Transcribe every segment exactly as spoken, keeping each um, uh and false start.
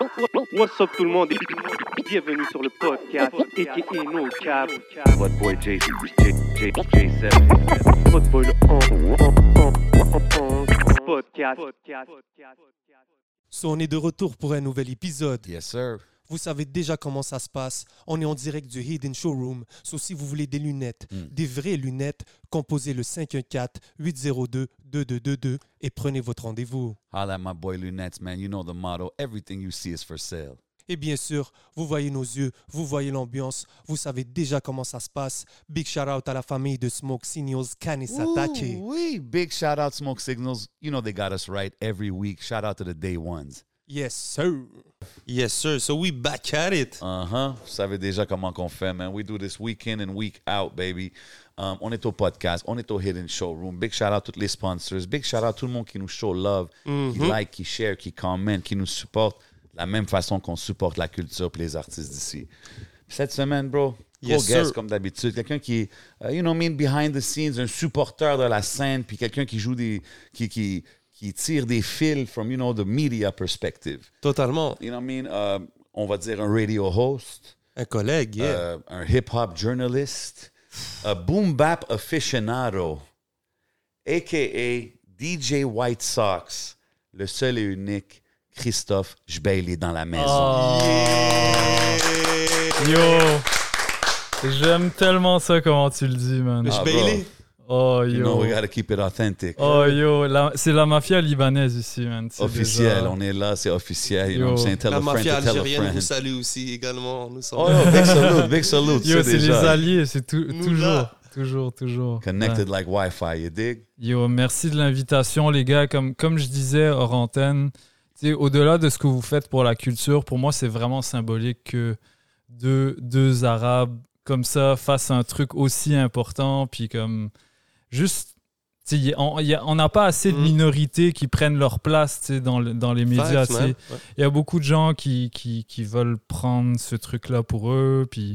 What's up tout le monde et bienvenue sur le podcast A K A No Cap. What boy J J J J seven. What boy le podcast. So, on est de retour pour un nouvel épisode. Yes, sir. Vous savez déjà comment ça se passe. On est en direct du Hidden Showroom. So, si vous voulez des lunettes, Mm. des vraies lunettes, composez le cinq un quatre, huit zéro deux, deux deux deux deux et prenez votre rendez-vous. Holla at my boy Lunettes, man. You know the motto. Everything you see is for sale. Et bien sûr, vous voyez nos yeux, vous voyez l'ambiance, vous savez déjà comment ça se passe. Big shout out à la famille de Smoke Signals, Kanisatake. Ooh, wee. Big shout out Smoke Signals. You know they got us right every week. Shout out to the day ones. Yes, sir. Yes, sir. So we back at it. Uh-huh. Vous savez déjà comment qu'on fait, man. We do this week in and week out, baby. Um, on est au podcast, on est au Hidden Showroom. Big shout out à tous les sponsors. Big shout out à tout le monde qui nous show love, qui like, qui share, qui comment, qui nous supporte de la même façon qu'on supporte la culture et les artistes d'ici. Cette semaine, bro, Yes, gros guest sir. comme d'habitude. Quelqu'un qui est, uh, you know what I mean, behind the scenes, un supporter de la scène, puis quelqu'un qui joue des... qui, qui, qui tire des fils from, you know, the media perspective. Totalement. You know what I mean? Uh, on va dire un radio host, Un collègue, yeah. uh, un hip-hop journalist, un boom-bap aficionado, a k a. D J White Sox, le seul et unique Christophe Jbaili dans la maison. Oh. Yo, j'aime tellement ça comment tu le dis, man. Ah, Bailey. Oh You know, we yo, gotta keep it authentic. oh yo, la- c'est la mafia libanaise ici, man. C'est Officiel, déjà- on est là, c'est officiel. You Yo. know what I'm saying? Tell La a friend mafia to tell a algérienne friend. vous salue aussi également. Nous sommes Oh, yo, big salute, big salute. Yo, c'est c'est les déjà alliés, c'est tout- Nous toujours, là. toujours, toujours. connected Ouais. like Wi-Fi, you dig? Yo, merci de l'invitation, les gars. Comme, comme je disais hors antenne, tu sais, au-delà de ce que vous faites pour la culture, pour moi, c'est vraiment symbolique que deux, deux Arabes comme ça fassent un truc aussi important. Puis comme, juste, tu sais, y- on y a- on n'a pas assez de Mm. minorités qui prennent leur place, tu sais, dans, le- dans les médias. Facts, tu sais. man. Ouais. Il y a beaucoup de gens qui, qui, qui veulent prendre ce truc-là pour eux. Puis,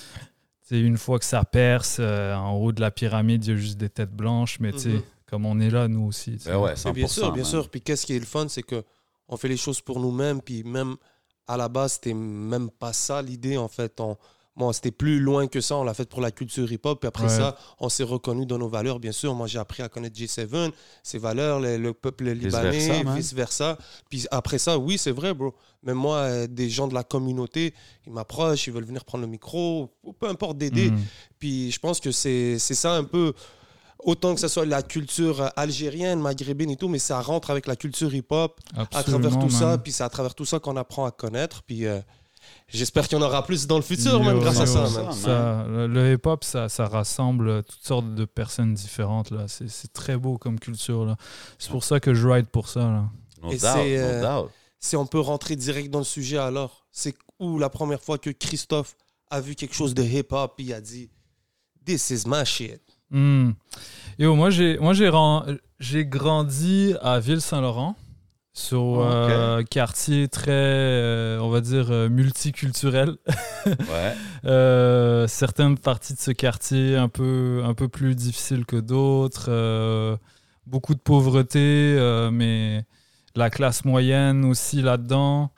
tu sais, une fois que ça perce, euh, en haut de la pyramide, il y a juste des têtes blanches. Mais tu sais, Mhm. comme on est là, nous aussi. tu sais. Ben ouais, Mais cent pour cent. bien sûr, bien man. sûr. Puis qu'est-ce qui est le fun, c'est que on fait les choses pour nous-mêmes. Puis même à la base, c'était même pas ça l'idée, en fait. On, bon, c'était plus loin que ça. On l'a fait pour la culture hip-hop. Puis après Ouais. ça, on s'est reconnu dans nos valeurs, bien sûr. Moi, j'ai appris à connaître J sept, ses valeurs, le, le peuple libanais, Vice-versa, man. vice-versa. Puis après ça, oui, c'est vrai, bro. Même moi, euh, des gens de la communauté, ils m'approchent, ils veulent venir prendre le micro, ou peu importe d'aider. Mhm. Puis je pense que c'est c'est ça un peu, autant que ce soit la culture algérienne, maghrébine et tout, mais ça rentre avec la culture hip-hop à travers Absolument, tout ça. man. Puis c'est à travers tout ça qu'on apprend à connaître. Puis euh, j'espère qu'il y en aura plus dans le futur, Yo, même grâce à yo, ça. ça, man. man. ça, le, le hip-hop, ça, ça rassemble toutes sortes de personnes différentes. Là. C'est, c'est très beau comme culture. Là. C'est pour ça que je ride pour ça. Là. No Et doubt, c'est, no euh, doubt. Si on peut rentrer direct dans le sujet alors, c'est où la première fois que Christophe a vu quelque chose de hip-hop, puis il a dit « This is my shit ». Hmm. Yo, moi, j'ai, moi j'ai, ren- j'ai grandi à Ville-Saint-Laurent, sur Oh, ok. euh, quartier très, euh, on va dire, euh, multiculturel. Ouais. Euh, certaines parties de ce quartier un peu, un peu plus difficiles que d'autres. euh, beaucoup de pauvreté, euh, mais la classe moyenne aussi là-dedans.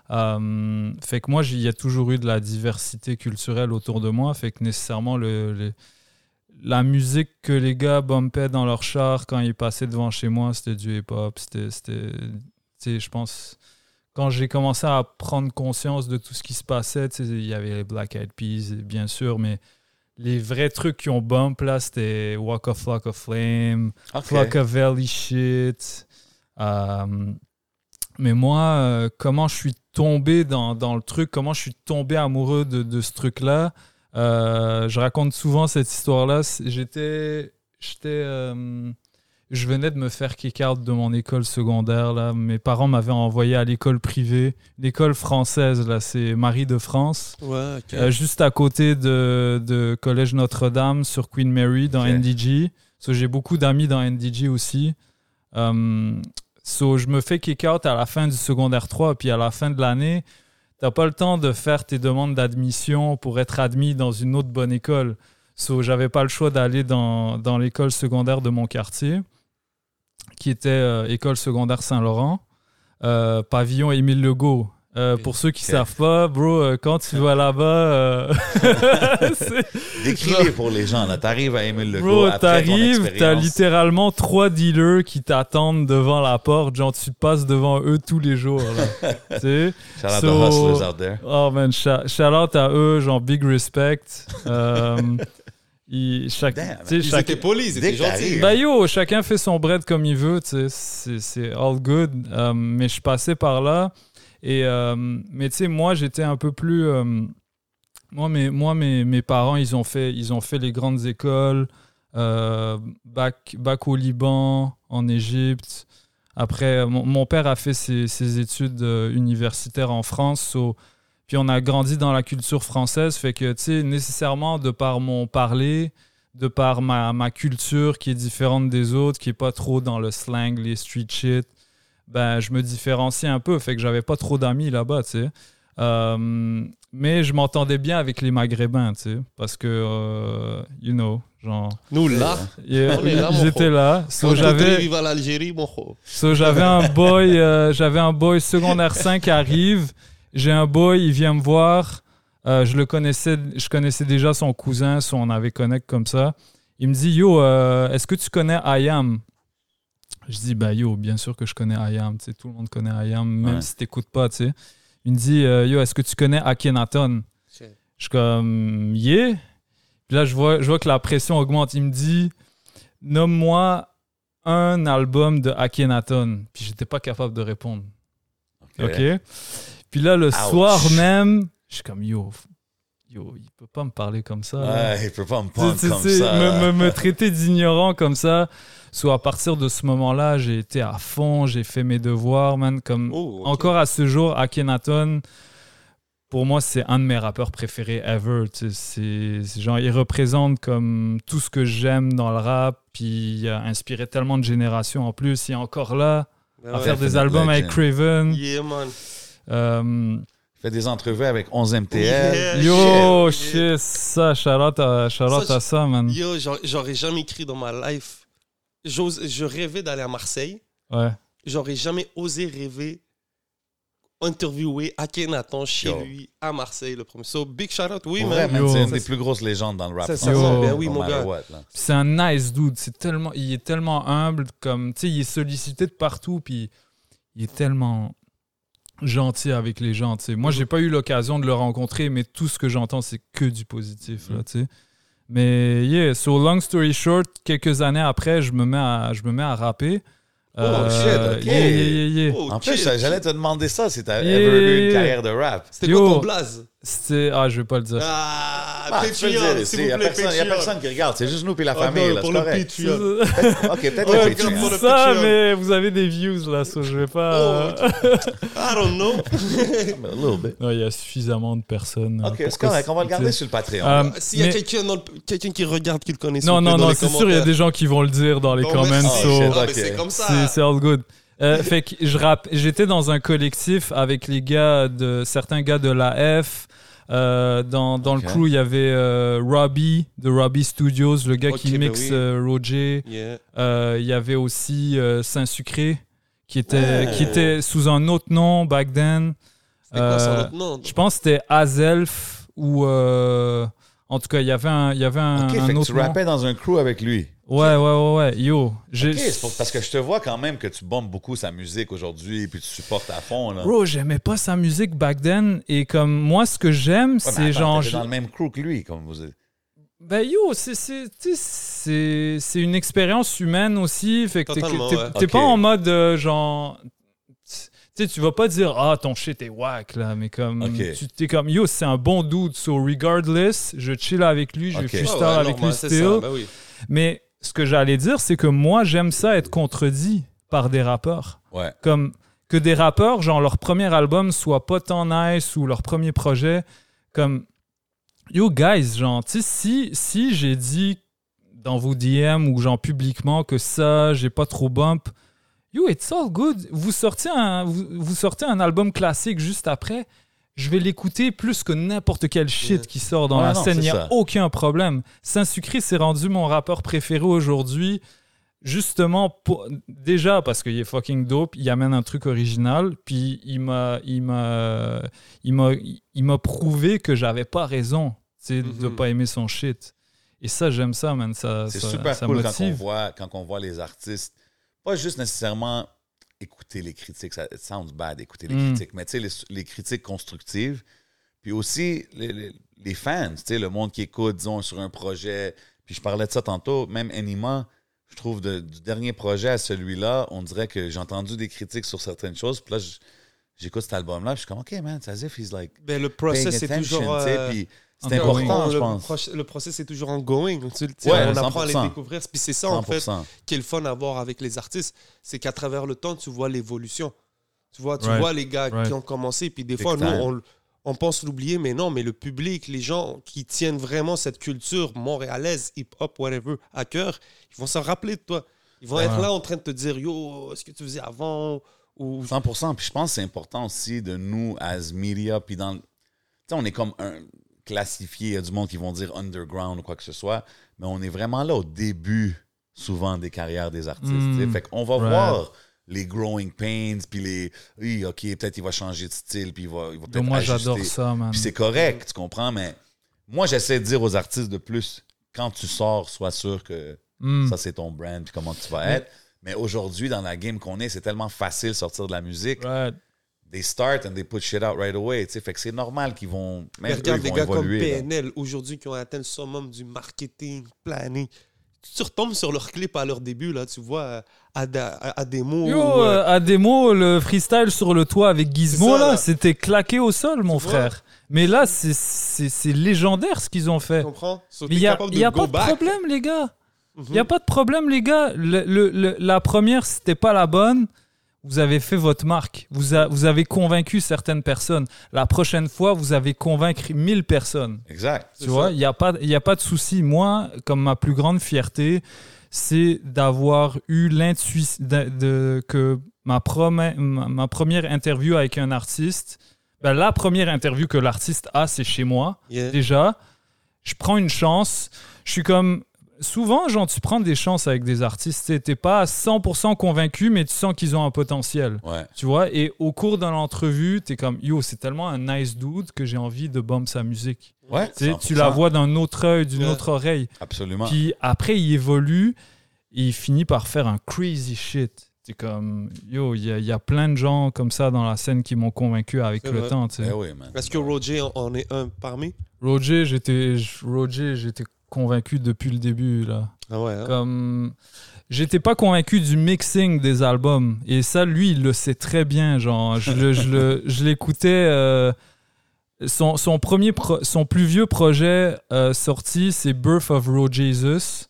Euh, fait que moi, j'ai- il y a toujours eu de la diversité culturelle autour de moi. Fait que nécessairement, le, le- la musique que les gars bumpaient dans leur char quand ils passaient devant chez moi, c'était du hip-hop. C'était, c'était, tu sais, je pense, quand j'ai commencé à prendre conscience de tout ce qui se passait, tu sais, il y avait les Black Eyed Peas, bien sûr, mais les vrais trucs qui ont bump, là, c'était Waka Flocka Flame, OK. Flocka Valley shit. Euh, mais moi, euh, comment je suis tombé dans, dans le truc, comment je suis tombé amoureux de, de ce truc-là, euh, je raconte souvent cette histoire-là. C'est- J'étais... j'étais euh, je venais de me faire kick-out de mon école secondaire. Là. Mes parents m'avaient envoyé à l'école privée, l'école française, là, c'est Marie de France, Ouais, ok. euh, juste à côté de, de Collège Notre-Dame sur Queen Mary dans Ok. N D G. So, j'ai beaucoup d'amis dans N D G aussi. Um, so, je me fais kick-out à la fin du secondaire trois, puis à la fin de l'année, t'as pas le temps de faire tes demandes d'admission pour être admis dans une autre bonne école. So, j'avais pas le choix d'aller dans, dans l'école secondaire de mon quartier, qui était euh, école secondaire Saint-Laurent, euh, pavillon Émile Legault, Euh, pour ceux qui savent pas, bro, euh, quand tu vas là-bas, euh... décris-les pour les gens. Là, t'arrives à Émile Legault. Bro, après t'arrives, ton t'as expérience. littéralement trois dealers qui t'attendent devant la porte. Genre, tu passes devant eux tous les jours. Là. Tu sais? Shout out So- the hustlers out there. Oh man, shout, shout out à eux, genre big respect. Euh, ils, chaque, Damn, tu sais, Ils chaque- étaient polis, ils Dès étaient que gentils. t'arrives. bah yo, chacun fait son bread comme il veut, tu sais, c'est, c'est all good. Euh, mais je passais par là. Et, euh, mais tu sais, moi, j'étais un peu plus... euh, moi, mes, moi mes, mes parents, ils ont, fait, ils ont fait les grandes écoles, euh, bac, bac au Liban, en Égypte. Après, mon, mon père a fait ses, ses études euh, universitaires en France. So, puis on a grandi dans la culture française. Fait que, tu sais, nécessairement, de par mon parler, de par ma, ma culture qui est différente des autres, qui est pas trop dans le slang, les street shit, ben, je me différencie un peu. Fait que j'avais pas trop d'amis là-bas, tu sais. Euh, mais je m'entendais bien avec les Maghrébins, tu sais. Parce que, euh, you know, genre... Nous, là, yeah, On est là, mon j'étais frère. là. So, quand j'avais... vive à l'Algérie, mon frère. So, j'avais un boy, euh, j'avais un boy secondaire cinq qui arrive. J'ai un boy, il vient me voir. Euh, je le connaissais, je connaissais déjà son cousin, so on avait connect comme ça. Il me dit, yo, euh, est-ce que tu connais I A M? Je dis, bah yo, bien sûr que je connais I A M. Tu sais, tout le monde connaît I A M, même Ouais. si t'écoutes pas, tu sais. Il me dit, euh, yo, est-ce que tu connais Akhenaton? Je suis comme, yeah. Puis là, je vois, je vois que la pression augmente. Il me dit, nomme-moi un album de Akhenaton. Puis j'étais pas capable de répondre. OK? Ok. Puis là, le Ouch. soir même, je suis comme, yo, yo, il peut pas me parler comme ça. là. Ouais, il peut pas me Tu prendre sais, comme tu sais, ça. me, me, me traiter d'ignorant comme ça. Soit à partir de ce moment-là, j'ai été à fond, j'ai fait mes devoirs, man. Comme Oh, ok. encore à ce jour, Akhenaton, pour moi, c'est un de mes rappeurs préférés ever. Tu sais, c'est, c'est genre, il représente comme tout ce que j'aime dans le rap, puis il a inspiré tellement de générations en plus. Il est encore là à faire des Definite albums avec legend. Craven. Yeah, man. Euh, Fait des entrevues avec onze M T L. Yeah. yo, shit. shit, ça, shout out à, shout out Ça, à ça, man. Yo, j'aurais- j'aurais jamais écrit dans ma life. J'ose, je rêvais d'aller à Marseille. Ouais. J'aurais jamais osé rêver interviewer Akhenaton chez Yo. lui à Marseille le premier. So big shout out, oui, Pour man. vrai, man, Yo. c'est une Ça, des c'est- plus grosses légendes dans le rap Ça, français. ça, ben Yo. oui, no mon matter gars. what, là. C'est un nice dude. C'est tellement, il est tellement humble, comme, tu sais, il est sollicité de partout, puis il est tellement gentil avec les gens. Tu sais. Moi, j'ai pas eu l'occasion de le rencontrer, mais tout ce que j'entends, c'est que du positif, là, tu sais. Mais yeah, so long story short, quelques années après, je me mets à, je me mets à rapper. Oh, shit, ok. Yeah, yeah, yeah, yeah. Oh, En plus, chill. j'allais te demander ça si t'as Yeah, ever eu yeah, une yeah. carrière de rap. C'était Yo. quoi ton blaze? C'était... Ah, je vais pas le dire. Ah, Ah, tu peux le Patreon, dire s'il ici. Il vous n'y a, plaît, personne- y a Patreon. personne qui regarde. C'est juste nous et la Oh, famille. non, là, pour c'est le correct. Patreon. OK, peut-être Ouais, le regarde Patreon. pour le ça, Patreon. mais vous avez des views, là, so je vais pas... Oh, I don't know. A little bit. Non, il y a suffisamment de personnes. euh, OK, pour c'est que correct. On va le tu garder sais. sur le Patreon. Euh, S'il y a mais- quelqu'un, dans le- quelqu'un qui regarde, qui le connaît, s'il Non, vous plaît, non, dans non, les c'est sûr, il y a commentaires. des gens qui vont le dire dans les Non, comments. merci. so- shit, Ah, mais ok. c'est comme ça. C'est c'est all good. Euh, fait que je rappe, j'étais dans un collectif avec les gars de certains gars de l'A F. Euh, dans dans Ok. le crew, il y avait euh, Robbie de Robbie Studios, le gars Ok, qui ben mixe oui. euh, Roger. Yeah. Euh, Il y avait aussi euh, Saint-Sucré qui était, Oh. qui était sous un autre nom back then. C'était quoi son Euh, autre nom? Je pense que c'était Azelf ou. euh, en tout cas, il y avait un, il y avait un, OK, un fait que autre tu nom. rappais dans un crew avec lui. Ouais, ouais, ouais, ouais. Yo. j'ai- OK, c'est pour- parce que je te vois quand même que tu bombes beaucoup sa musique aujourd'hui puis tu supportes à fond. Là. Bro, j'aimais pas sa musique back then. Et comme moi, ce que j'aime, Ouais, mais c'est attends, genre. t'étais je- dans le même crew que lui. Comme vous êtes. Ben yo, c'est, c'est, tu sais, c'est, c'est une expérience humaine aussi. Fait que t'es, Totalement, t'es- ouais. t'es Ok. pas en mode euh, genre. Tu sais, tu vas pas dire ah ton shit est whack là, mais comme Ok. tu t'es comme yo, c'est un bon dude. So regardless, je chill avec lui, je Ok. vais Ah freestyle ouais, avec normal, lui c'est still. ça, ben oui. Mais ce que j'allais dire, c'est que moi j'aime ça être contredit par des rappeurs. Ouais. Comme que des rappeurs, genre leur premier album soit pas tant nice ou leur premier projet, comme yo guys, genre, tu sais, si, si j'ai dit dans vos D M ou genre publiquement que ça, j'ai pas trop bump, yo, it's all good. Vous sortez un, vous, vous sortez un album classique juste après, je vais l'écouter plus que n'importe quel shit Yeah. qui sort dans Ouais, la non, scène, il c'est n'y a ça. aucun problème. Saint-Sucré s'est rendu mon rappeur préféré aujourd'hui. justement, pour, déjà parce qu'il est fucking dope, il amène un truc original, puis il m'a, il m'a, il m'a, il m'a prouvé que j'avais pas raison, tu sais, Mm-hmm. de pas aimer son shit. Et ça, j'aime ça, man. Ça, C'est ça, super ça cool quand on, motive. voit, quand on voit les artistes, pas juste nécessairement écouter les critiques, ça it sounds bad, écouter les Mm. critiques, mais tu sais, les, les critiques constructives, puis aussi les, les, les fans, tu sais, le monde qui écoute, disons, sur un projet, puis je parlais de ça tantôt, même Enima, je trouve, de- du dernier projet à celui-là, on dirait que j'ai entendu des critiques sur certaines choses, puis là, je- j'écoute cet album-là, puis je suis comme, OK, man, it's as if he's like Ben, le paying process, c'est attention, toujours... tu sais, euh, puis c'est ongoing. important, je le, pense. proche- le process est toujours ongoing. Tu, tu sais, Ouais, on cent apprend pour à les cent. découvrir. Puis c'est ça, en cent pour fait, cent. qui est le fun à voir avec les artistes. C'est qu'à travers le temps, tu vois l'évolution. Tu vois, tu Right. vois les gars Right. qui ont commencé. Puis des Big fois, nous, time. on, on pense l'oublier, mais non, mais le public, les gens qui tiennent vraiment cette culture montréalaise, hip-hop, whatever, à cœur, ils vont s'en rappeler de toi. Ils vont Ouais. être là en train de te dire, yo, est-ce que tu faisais avant? Ou... cent pour cent. Puis je pense que c'est important aussi de nous, as media, puis dans... Tu sais, on est comme un classifié, il y a du monde qui vont dire underground ou quoi que ce soit, mais on est vraiment là au début, souvent, des carrières des artistes. Mm. tu sais. Fait qu'on va Ouais. voir les growing pains, puis les... Oui, OK, peut-être il va changer de style, puis il va, il va peut-être Moi, ajuster. j'adore ça, man. Puis c'est correct, tu comprends, mais moi, j'essaie de dire aux artistes de plus, quand tu sors, sois sûr que Mm. ça, c'est ton brand, puis comment tu vas être. Mais aujourd'hui, dans la game qu'on est, c'est tellement facile de sortir de la musique. Right. They start and they put shit out right away. tu sais. Fait que c'est normal qu'ils vont. Mais Même eux, regarde ils les vont gars comme évoluer. P là. N L aujourd'hui qui ont atteint le summum du marketing, planning. Tu retombes sur leur clip à leur début, là, tu vois, euh, à, à, à des mots. Yo, où, euh, euh, à démo, le freestyle sur le toit avec Gizmo, C'est ça, là, là. c'était claqué au sol, mon Tu vois? frère. Mais là, c'est- c'est c'est légendaire ce qu'ils ont fait. tu comprends? So, Mais t'es il n'y a, capable y a go pas de back. problème, les gars. Mhm. Il n'y a pas de problème, les gars. Le- le- le- la première, c'était pas la bonne. Vous avez fait votre marque. Vous, a- vous avez convaincu certaines personnes. La prochaine fois, vous avez convaincu mille personnes. Exact. Tu C'est vois, ça. il n'y a, pas- y a pas de souci. Moi, comme ma plus grande fierté, c'est d'avoir eu l'intuition de, de- que ma, promè- ma, ma première interview avec un artiste, ben, la première interview que l'artiste a, c'est chez moi. Yeah. Déjà, je prends une chance. Je suis comme... Souvent, genre, tu prends des chances avec des artistes. Tu n'es pas à cent pour cent convaincu, mais tu sens qu'ils ont un potentiel. Ouais. Tu vois, et au cours de l'entrevue, tu es comme, yo, c'est tellement un nice dude que j'ai envie de bomber sa musique. Ouais. Tu sais, cent pour tu la cent. vois d'un autre œil, d'une Ouais. autre oreille. Absolument. Puis après, il évolue et il finit par faire un crazy shit. C'est comme, yo, il y, a- il y a plein de gens comme ça dans la scène qui m'ont convaincu avec C'est le vrai. temps. Tu sais. Eh oui, man. Est-ce que Roger en, en est un parmi? Roger, j'étais, Roger, j'étais convaincu depuis le début là. Ah ouais, hein? Comme, j'étais pas convaincu du mixing des albums et ça, lui, il le sait très bien. Genre, je le, je le, je l'écoutais. euh, son, son premier, pro- son plus vieux projet euh, sorti, c'est Birth of Ro Jesus.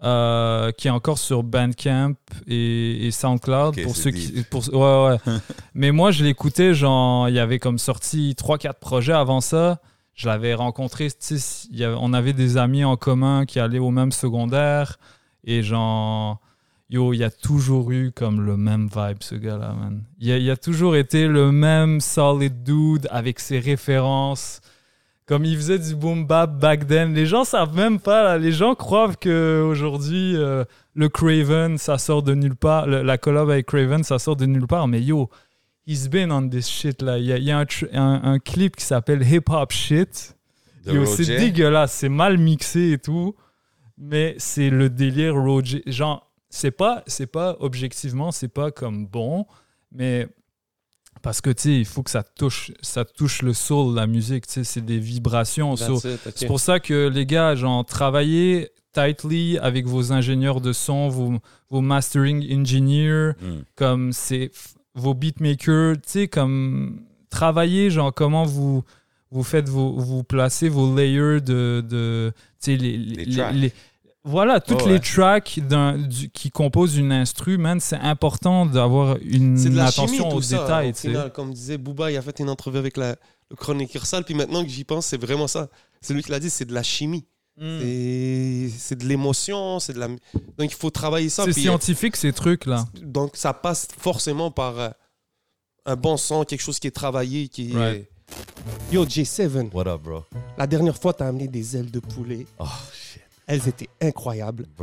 Euh, qui est encore sur Bandcamp et, et SoundCloud Ok, pour c'est ceux deep. qui pour ouais ouais mais moi je l'écoutais, genre il y avait comme sorti trois quatre projets avant ça. Je l'avais rencontré, tu sais, il y avait- on avait des amis en commun qui allaient au même secondaire et genre yo, il y a toujours eu comme le même vibe, ce gars-là, man. Il y a, il y a toujours été le même solid dude avec ses références. Comme il faisait du boom bap back then. Les gens savent même pas, là. Les gens croient qu'aujourd'hui, euh, le Craven, ça sort de nulle part. Le- la collab avec Craven, ça sort de nulle part. Mais yo, he's been on this shit, là. Il y a, il y a un, tr- un- un clip qui s'appelle Hip Hop Shit. De Yo, Roger. c'est dégueulasse. C'est mal mixé et tout. Mais c'est le délire Roger. Genre, c'est pas, c'est pas objectivement, c'est pas comme bon. Mais parce que, tu sais, il faut que ça touche, ça touche le soul, la musique. Tu sais, c'est des vibrations. So, That's it, ok. c'est pour ça que les gars, genre, travaillez tightly avec vos ingénieurs de son, vos, vos mastering engineers, Mm. comme c'est f- vos beatmakers, tu sais, comme travaillez, genre, comment vous, vous faites vos, vous placez vos layers de, de tu sais, les, les, Les tracks. les- voilà, toutes Oh, ouais. les tracks d'un- du- qui composent une instru, man, c'est important d'avoir une C'est de la attention chimie, aux tout ça, détails, au tu sais. final. Comme disait Booba, il a fait une entrevue avec la, le chroniqueur Sale, puis maintenant que j'y pense, c'est vraiment ça. C'est lui qui l'a dit, c'est de la chimie. Mm. C'est- C'est de l'émotion, c'est de la... Donc il faut travailler ça. C'est puis, scientifique, ces trucs-là. euh, Donc ça passe forcément par euh, un bon son, quelque chose qui est travaillé, qui est... Right. Yo, J sept, What up, bro? la dernière fois, t'as amené des ailes de poulet. Oh, shit. Elles étaient incroyables. Bro.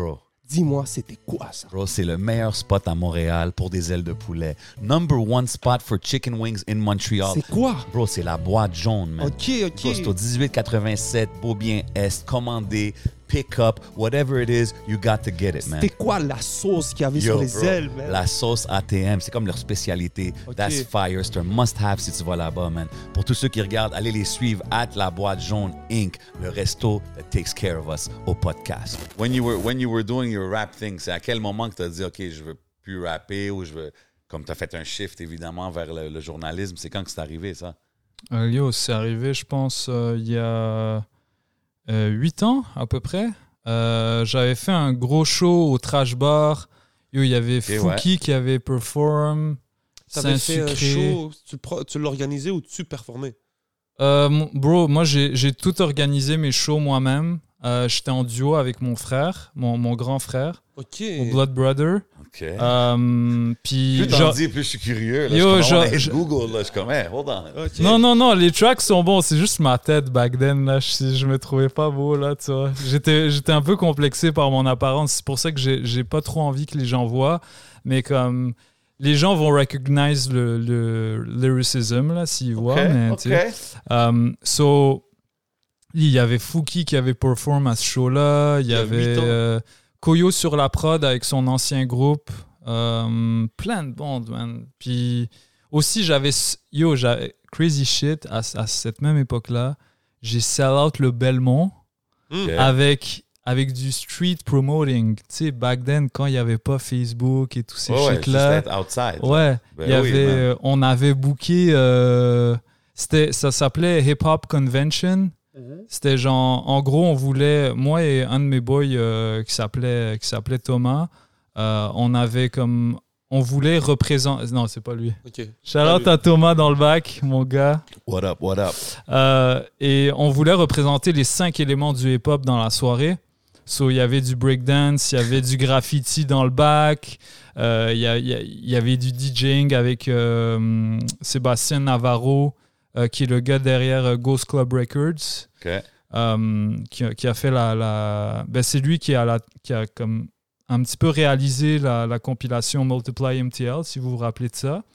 Dis-moi, c'était quoi ça? Bro, c'est le meilleur spot à Montréal pour des ailes de poulet. Number one spot for chicken wings in Montreal. C'est quoi? Bro, c'est la boîte jaune, man. Ok, ok. Bro, c'est au dix-huit quatre-vingt-sept, Beaubien-Est, commandé, pick up, whatever it is, you got to get it, man. C'était quoi la sauce qu'il y avait Yo, sur les bro, ailes, man? la sauce A T M, c'est comme leur spécialité. Ok. That's fire. C'est un must-have si tu vas là-bas, man. Pour tous ceux qui regardent, allez les suivre at La Boîte Jaune Incorporated, le resto that takes care of us au podcast. When you were, when you were doing your rap thing, c'est à quel moment que tu as dit, OK, je veux plus rapper ou je veux... Comme tu as fait un shift, évidemment, vers le, le journalisme. C'est quand que c'est arrivé, ça? Euh, yo, c'est arrivé, je pense, euh, il y a euh, huit ans, à peu près. Euh, j'avais fait un gros show au Trash Bar. Yo, il y avait Okay, Fouki ouais. qui avait perform. T'avais fait un Saint-Sucré. show, tu, pro- tu l'organisais ou tu performais? Euh, mon- bro, moi, j'ai j'ai tout organisé mes shows moi-même. Euh, J'étais en duo avec mon frère, mon, mon grand frère, Ok. mon Blood Brother. OK. Euh, puis plus t'en genre- dis, plus je suis curieux. Là, Yo, je suis comme, genre- on je- Google, là, je suis comme, hey, hold on. Ok. Non, non, non, les tracks sont bons. C'est juste ma tête back then. Là. Je, je me trouvais pas beau, là, tu vois. J'étais, j'étais un peu complexé par mon apparence. C'est pour ça que j'ai, j'ai pas trop envie que les gens voient. Mais comme... Les gens vont recognize le, le lyricism, là, s'ils voient. Mais, OK, tu sais. Um, so, il y avait Fouki qui avait perform à ce show-là. Il y, Il y a avait huit ans. euh, Koyo sur la prod avec son ancien groupe. Um, plein de bandes, man. Puis aussi, j'avais... Yo, j'avais... Crazy shit, à, à cette même époque-là, j'ai sell out le Belmont Hmm. OK. avec, avec du street promoting. Tu sais, back then, quand il n'y avait pas Facebook et tous ces Ouais, ouais, shit-là. juste être outside. là. Ouais, Ben il y oui, avait, man. euh, on avait booké, euh, c'était, ça s'appelait Hip Hop Convention. C'était genre, en gros, on voulait, moi et un de mes boys euh, qui s'appelait, qui s'appelait Thomas, euh, on avait comme, on voulait représenter, non, c'est pas lui. Ok. Shout out à Thomas dans le bac, mon gars. What up, what up? Euh, et on voulait représenter les cinq éléments du hip-hop dans la soirée. So, il y avait du breakdance, il y avait du graffiti dans le bac, euh, il y, a- il y a- il y avait du DJing avec euh, Sébastien Navarro, euh, qui est le gars derrière euh, Ghost Club Records, OK. euh, qui, a- qui a fait la... la ben, c'est lui qui a, la, qui a comme un petit peu réalisé la, la compilation Multiply M T L, si vous vous rappelez de ça.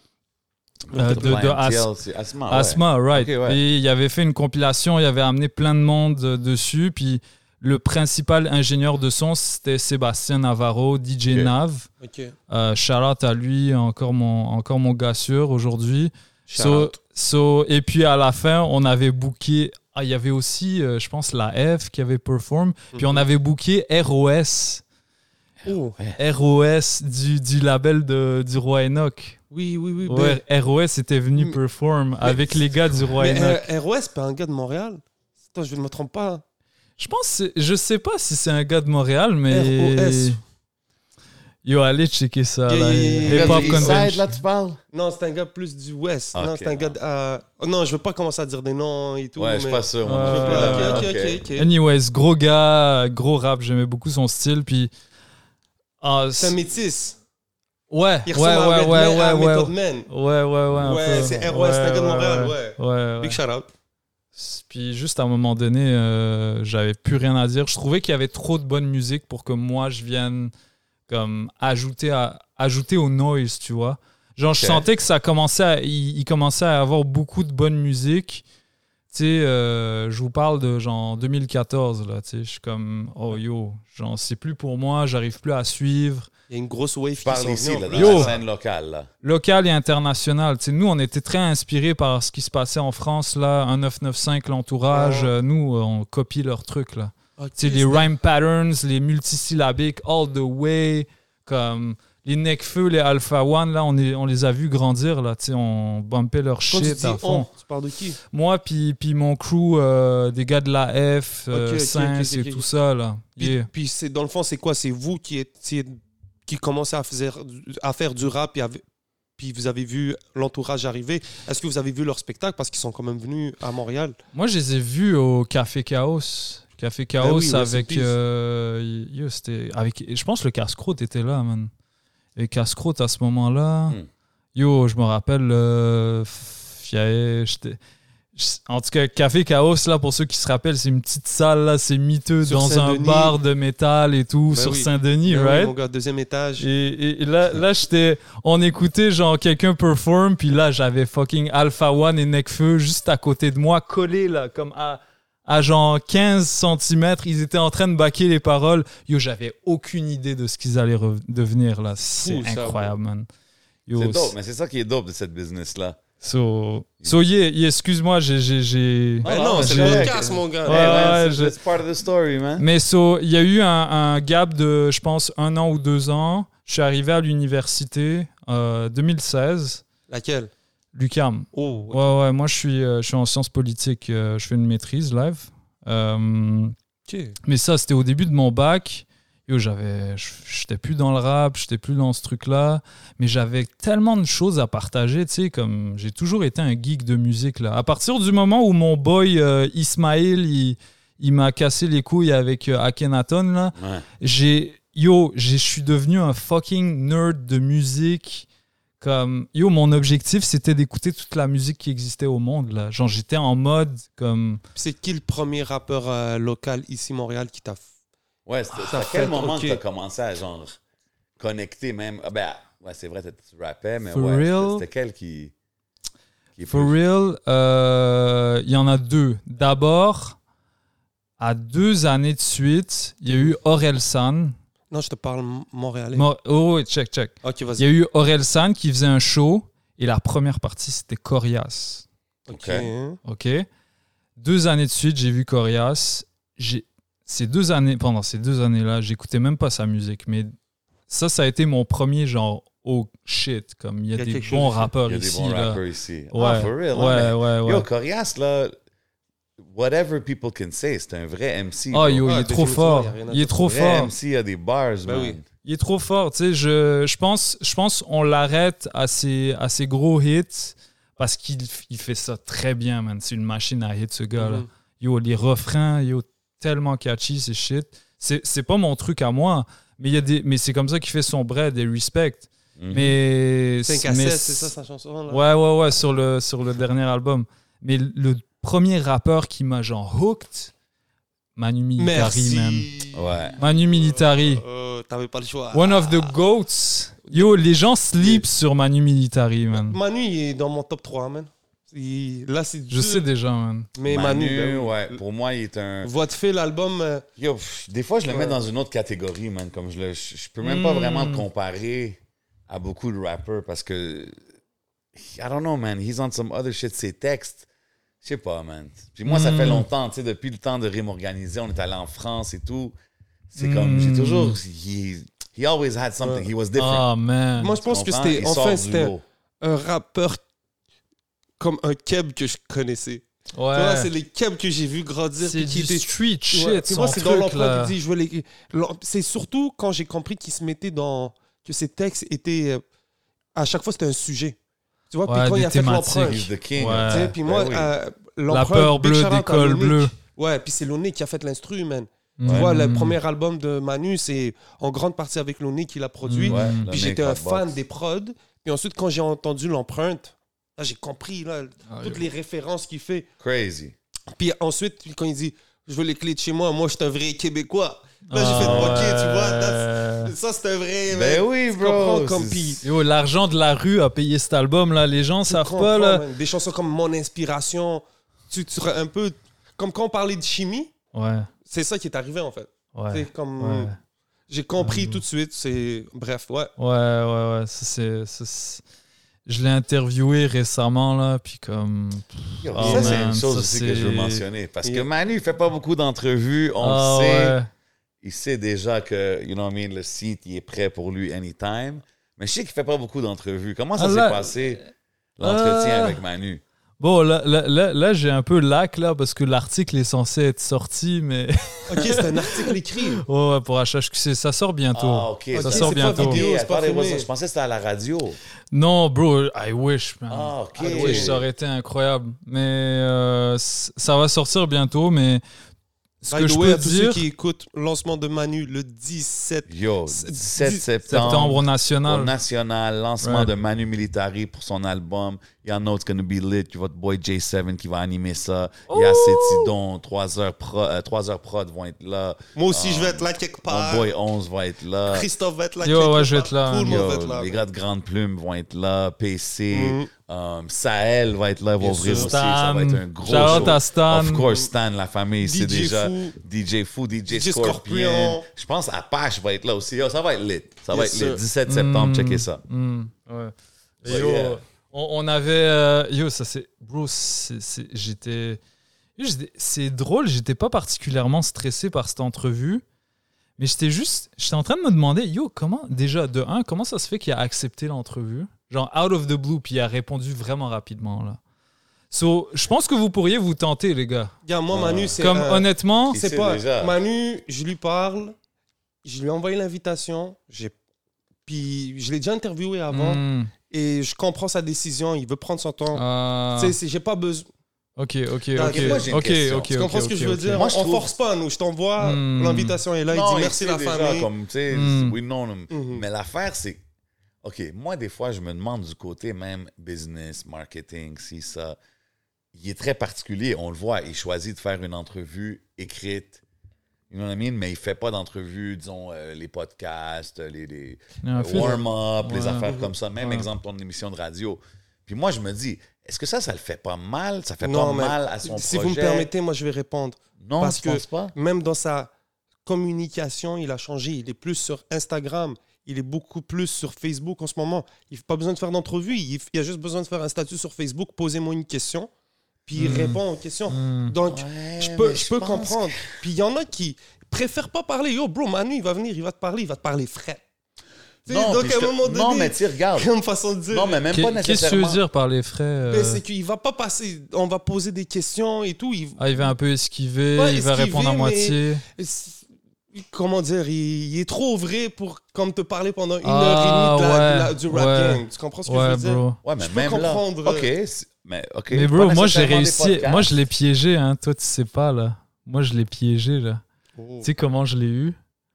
Euh, de, de As- M T L, c'est Asma, ouais. Asma, right. Ok, ouais. Et il avait fait une compilation, il avait amené plein de monde euh, dessus. Puis le principal ingénieur de son, c'était Sébastien Navarro, D J Ok. Nav. Ok. Euh, shout out à lui, encore mon, encore mon gars sûr aujourd'hui. Shout So, out. so, et puis à la fin, on avait booké. Ah, il y avait aussi, euh, je pense, la F qui avait perform. Puis on avait booké R O S. Oh. R O S du, du label de, du Roi Enoch. Oui, oui, oui. Ouais, R O S était venu Mais- perform avec les gars du Roi Mais Enoch. euh, R O S, c'est pas un gars de Montréal? Attends, je ne me trompe pas. Je pense, c'est- je sais pas si c'est un gars de Montréal, mais. R O S. Yo, allez checker ça. Yeah, là. yeah, yeah, yeah. Hip Hop East Side, Convention. là, tu parles? Non, c'est un gars plus du Ouest. Ok, non, c'est un gars. de- euh, oh, non, je veux pas commencer à dire des noms et tout. Ouais, je suis mais- pas sûr. Ouais, moi, non plus, ouais, là, Ok, mais ok, ok, ok. Anyways, gros gars, gros rap, j'aimais beaucoup son style. Puis. ah, C'est un c'est- métis. ouais, Il ouais, ouais, ressemble à ouais, Redman, à ouais, ouais, Method Man. ouais, ouais, ouais, un Ouais, peu. c'est R O S, c'est un gars de Montréal, ouais. ouais. Ouais, ouais. Big shout out. Puis juste à un moment donné, euh, j'avais plus rien à dire. Je trouvais qu'il y avait trop de bonne musique pour que moi je vienne comme ajouter à ajouter au noise, tu vois. Genre je Ok. sentais que ça commençait à, il, il commençait à avoir beaucoup de bonne musique. Tu sais, euh, je vous parle de genre deux mille quatorze là, tu sais, je suis comme oh yo, genre c'est plus pour moi, j'arrive plus à suivre. Il y a une grosse wave Je qui parle s'en ici, vient, là, en dans plus. Yo. la scène locale, là. Local et international. Tu sais, nous, on était très inspirés par ce qui se passait en France, là, un neuf neuf cinq, l'entourage. Ouais. Euh, nous, euh, on copie leurs trucs, là. Ok, Tu sais, les c'est- rhyme patterns, les multisyllabiques, all the way, comme les Necfeu, les Alpha One, là, on, est, on les a vus grandir, là. Tu sais, on bumpait leur Quand tu shit dis à on, fond. tu parles de qui? Moi, puis puis mon crew, euh, des gars de la F, euh, Ok, ok, Saints ok, ok. et tout ça, là. Puis, Yeah. puis c'est, dans le fond, c'est quoi? C'est vous qui, étiez, qui commencez à faire, à faire du rap et avez- puis vous avez vu l'entourage arriver. Est-ce que vous avez vu leur spectacle? Parce qu'ils sont quand même venus à Montréal. Moi, je les ai vus au Café Chaos. Café Chaos Ben oui, rest in avec, peace. euh, yo, c'était avec. Je pense que le Casse-Croûte était là, man. Et Casse-Croûte à ce moment-là. Hmm. Yo, je me rappelle. euh, f- il y avait- j'étais- En tout cas, Café Chaos, là, pour ceux qui se rappellent, c'est une petite salle, là, c'est miteux, Sur dans un Saint-Denis. bar de métal et tout, Ben sur oui. Saint-Denis, Ben oui, right? mon gars, deuxième étage. Et, et- et là, là j'étais, on écoutait genre quelqu'un perform, puis là, j'avais fucking Alpha One et Necfeu juste à côté de moi, collés là, comme à, à genre quinze centimètres. Ils étaient en train de baquer les paroles. Yo, j'avais aucune idée de ce qu'ils allaient re- devenir là. C'est Fou, ça, incroyable, man. Yo, C'est dope, mais c'est ça qui est dope de cette business-là. So, so yeah, yeah, excuse-moi, j'ai, j'ai, j'ai... Ben non, non, mais c'est c'est le correct. podcast, mon gars. Ouais, Hey, man, ouais, c'est- je- that's part of the story, man. Mais so, il y a eu un, un gap de, je pense, un an ou deux ans. Je suis arrivé à l'université euh, deux mille seize, Laquelle? l'U Q A M. Oh, ok. Ouais, ouais, moi je suis, euh, je suis en sciences politiques, euh, je fais une maîtrise live. Euh, mais ça, c'était au début de mon bac. Yo, j'avais, j'étais plus dans le rap, j'étais plus dans ce truc-là, mais j'avais tellement de choses à partager, tu sais, comme j'ai toujours été un geek de musique, là. À partir du moment où mon boy euh, Ismaël, il, il m'a cassé les couilles avec euh, Akhenaton, là, Ouais. j'ai, yo, j'ai- je suis devenu un fucking nerd de musique. Comme, yo, mon objectif, c'était d'écouter toute la musique qui existait au monde, là. Genre, j'étais en mode, comme... C'est qui le premier rappeur euh, local ici, Montréal, qui t'a... f- Ouais, c'était Ça à quel fait- moment ok. que tu as commencé à genre connecter même. Ah ben, ouais, c'est vrai, tu rappais, mais For ouais. c'était- real? C'était quel qui. qui est For plus- real, euh, il y en a deux. D'abord, à deux années de suite, il y a eu Orelsan. Non, je te parle m- montréalais. Mo- Oh, oui, check, check. Ok, Il y vas-y. a eu Orelsan qui faisait un show et la première partie, c'était Corias. Ok. OK? Deux années de suite, j'ai vu Corias. J'ai... Ces deux années, pendant ces deux années-là, j'écoutais même pas sa musique, mais ça, ça a été mon premier genre, oh shit, comme il y a, Il y a des quelque bons chose ici. rappeurs Il y a des ici. bons là. rappeurs ici. Ouais, Ah, for real, ouais, hein, ouais, mais- ouais. Yo, Corias, là, whatever people can say, c'est un vrai M C. Oh, bro. yo, Ah, il est trop définitivement, fort. il y a rien à Il est dire. trop vrai fort. M C a des bars, Ben man. oui. Il est trop fort. Tu sais, je, je pense, je pense on l'arrête à ses, à ses gros hits parce qu'il il fait ça très bien, man. C'est une machine à hit, ce gars-là. Mhm. Yo, les refrains, yo, tellement catchy, c'est shit. C'est, c'est pas mon truc à moi, mais, il y a des, mais c'est comme ça qu'il fait son bread et respect. Mhm. Mais. cinq à mais sept, c'est ça sa chanson? Là? Ouais, ouais, ouais, sur le, sur le dernier album. Mais le premier rappeur qui m'a genre hooked, Manu Militari, man. Merci. Ouais. Manu Militari. Euh, T'avais pas le choix. One of the GOATs. Yo, les gens sleep sur Manu Militari, man. Manu, il est dans mon top trois, man. Il- Là, c'est Je sais déjà, man. Mais Manu, Manu, ben oui. ouais, pour moi, il est un. Voix de fée, l'album... euh, Yo, pff, des fois, je le mets Ouais. dans une autre catégorie, man. Comme je le, je, je peux même pas Mm. vraiment le comparer à beaucoup de rappeurs parce que I don't know, man. He's on some other shit. Ses textes, je sais pas, man. Puis moi, ça Mm. fait longtemps, tu sais, depuis le temps de Rime Organisé, on est allé en France et tout. C'est Mm. comme, j'ai toujours, he, he always had something. He was different. Oh, man. Moi, je pense que Tu comprends? c'était... Il Enfin, sort du c'était lot. un rappeur comme un Keb que je connaissais. Tu vois, ouais. c'est les Keb que j'ai vu grandir. C'est puis qui du étaient- street shit, Ouais, puis son moi, c'est dans truc, l'empreinte. là. Il dit, je veux les... l'em- C'est surtout quand j'ai compris qu'il se mettait dans... Que ses textes étaient... euh, À chaque fois, c'était un sujet. Tu vois, Ouais, puis quand des il a fait thématiques. l'empreinte... He's the king. Ouais. Tu sais, puis moi, Ben oui. euh, La l'empreinte, peur big bleue shout out des à cols Lonick. bleus. Ouais, puis c'est Lonick qui a fait l'instru, man. Mm. Tu vois, le Mm. premier album de Manu, c'est en grande partie avec Lonick qui l'a produit. Mm. Ouais, Puis le Puis mec j'étais un hotbox. fan des prods. Puis ensuite, quand j'ai entendu l'empreinte, là, j'ai compris là, Ah, toutes yo. les références qu'il fait. Crazy. Puis ensuite, puis quand il dit « Je veux les clés de chez moi, moi, je suis un vrai Québécois. » Là, j'ai Ah, fait « Ok, ouais. tu vois, that's- ça, c'est un vrai... Ben man. oui, Tu bro. comprends comme C'est- puis... Yo, l'argent de la rue a payé cet album, là. Les gens tu savent comprends, pas, là. man. Des chansons comme « Mon inspiration », tu, tu serais un peu... Comme quand on parlait de chimie, Ouais, c'est ça qui est arrivé, en fait. ouais. C'est comme... Ouais. J'ai compris Mm. tout de suite, c'est... Bref, ouais. Ouais, ouais, ouais. Ça, c'est, ça, c'est- Je l'ai interviewé récemment, là, puis comme... Yo, Oh, ça, c'est man, une chose ça, aussi c'est- que je veux mentionner. Parce que Yeah. Manu, il fait pas beaucoup d'entrevues. On Ah, le sait. ouais. Il sait déjà que, you know what I mean, le site, il est prêt pour lui anytime. Mais je sais qu'il fait pas beaucoup d'entrevues. Comment ça Ah, s'est là- passé, l'entretien Euh, avec Manu? Bon, là, là, là, là, j'ai un peu lac, là, parce que l'article est censé être sorti, mais... Ok, c'est un article écrit. ouais, ouais, pour H H Q C, ça sort bientôt. Ah, ok. Ok, ça c'est sort pas bientôt. vidéo, Ok, c'est pas attendez, moi, filmé. je pensais que c'était à la radio. Non, bro, I wish, man. Ah, ok. I wish, ça aurait été incroyable. Mais euh, c- ça va sortir bientôt, mais ce By que the je way, peux à tous dire... ceux qui écoutent, lancement de Manu le dix-sept. Yo, C'est- dix-sept dix- septembre. Septembre au Au national. national, lancement Right. de Manu Militari pour son album Y'all know it's gonna be lit. Il y a votre boy J sept qui va animer ça. Il y a Cétidon, trois heures pro, euh, trois heures prod vont être là. Moi aussi, Um, je vais être là quelque part. Mon boy onze va être là. Christophe va être là Yo, quelque ouais, part. je vais être là. Tout le Yo, monde va être là. les gars de Grande Plume vont être là. P C. Mhm. Um, Sahel va être là, va Bien ouvrir sûr. aussi. Ça va être un gros show. Shout-out à Stan. Of course, Stan, la famille, c'est D J déjà Fou. D J Fou, D J, D J Scorpion. Scorpion. Je pense Apache va être là aussi. Yo, ça va être lit. Ça va Yes, être sir. lit. dix-sept septembre, Mm, checkez ça. mm, ouais. Et So, yo, yeah. on, on avait. euh, yo, ça c'est. Bro, c'est- c'est- j'étais. yo, j'étais- C'est drôle, j'étais pas particulièrement stressé par cette entrevue. Mais j'étais juste. J'étais en train de me demander, yo, comment. Déjà, de un, comment ça se fait qu'il a accepté l'entrevue? Genre, out of the blue, puis il a répondu vraiment rapidement, là. So, je pense que vous pourriez vous tenter, les gars. Regarde, moi, Manu, c'est. Comme un- honnêtement. Il C'est sait pas. déjà. Manu, je lui parle, je lui ai envoyé l'invitation, j'ai- puis je l'ai déjà interviewé avant, hmm, et je comprends sa décision, il veut prendre son temps. ah, Tu sais, c'est- j'ai pas besoin. ok, ok, Moi, ok. j'ai une Ok, question. ok, Tu comprends ok, ce que ok, je veux ok. dire? Moi, On je trouve- force pas, nous. Je t'envoie, Hmm. l'invitation est là, il Non, dit merci sait la déjà, famille. Comme, tu sais, Mm. we know them. Mhm. Mais l'affaire, c'est. OK, moi, des fois, je me demande du côté même business, marketing, si ça. Il est très particulier. On le voit. Il choisit de faire une entrevue écrite. You know what I mean? Mais il fait pas d'entrevue, disons, euh, les podcasts, les, les Un euh, film. warm-up, les Ouais. affaires comme ça. Même Ouais. exemple, ton émission de radio. Puis moi, je me dis, est-ce que ça, ça le fait pas mal? Ça fait Non, pas mais mal à son si projet? vous me permettez, moi, je vais répondre. Non, parce tu que- penses pas? Même dans sa communication, il a changé. Il est plus sur Instagram. Il est beaucoup plus sur Facebook en ce moment. Il n'a pas besoin de faire d'entrevue. Il, il a juste besoin de faire un statut sur Facebook. Posez-moi une question. Puis il Mm. répond aux questions. Hmm. Donc, Ouais, je peux, mais je peux pense comprendre. Puis il y en a qui préfèrent pas parler. Yo, bro, Manu, il va venir, il va te parler, il va te parler frais. Tu sais, Non, donc, puis à je un te- moment donné, non, mais tu regardes. comme façon de dire. Non, mais même Qu'est- pas Qu'est-ce que tu nécessairement. veux dire par les frais euh, Mais c'est qu'il va pas passer. On va poser des questions et tout. Il, Ah, il va un peu esquiver, Pas il va esquiver, répondre à mais- moitié. c'est- comment dire, il, il est trop vrai pour comme te parler pendant une Ah, heure et demie de la- ouais, de la- du rap ouais. game. Tu comprends ce que Ouais, je veux dire? bro. Ouais, mais Je peux même là. comprendre. OK. c'est- Mais, ok, Mais pas bro, moi j'ai nécessairement des réussi. podcasts. Moi je l'ai piégé, hein. Toi tu sais pas là. Moi je l'ai piégé là. Oh. Tu sais comment je l'ai eu?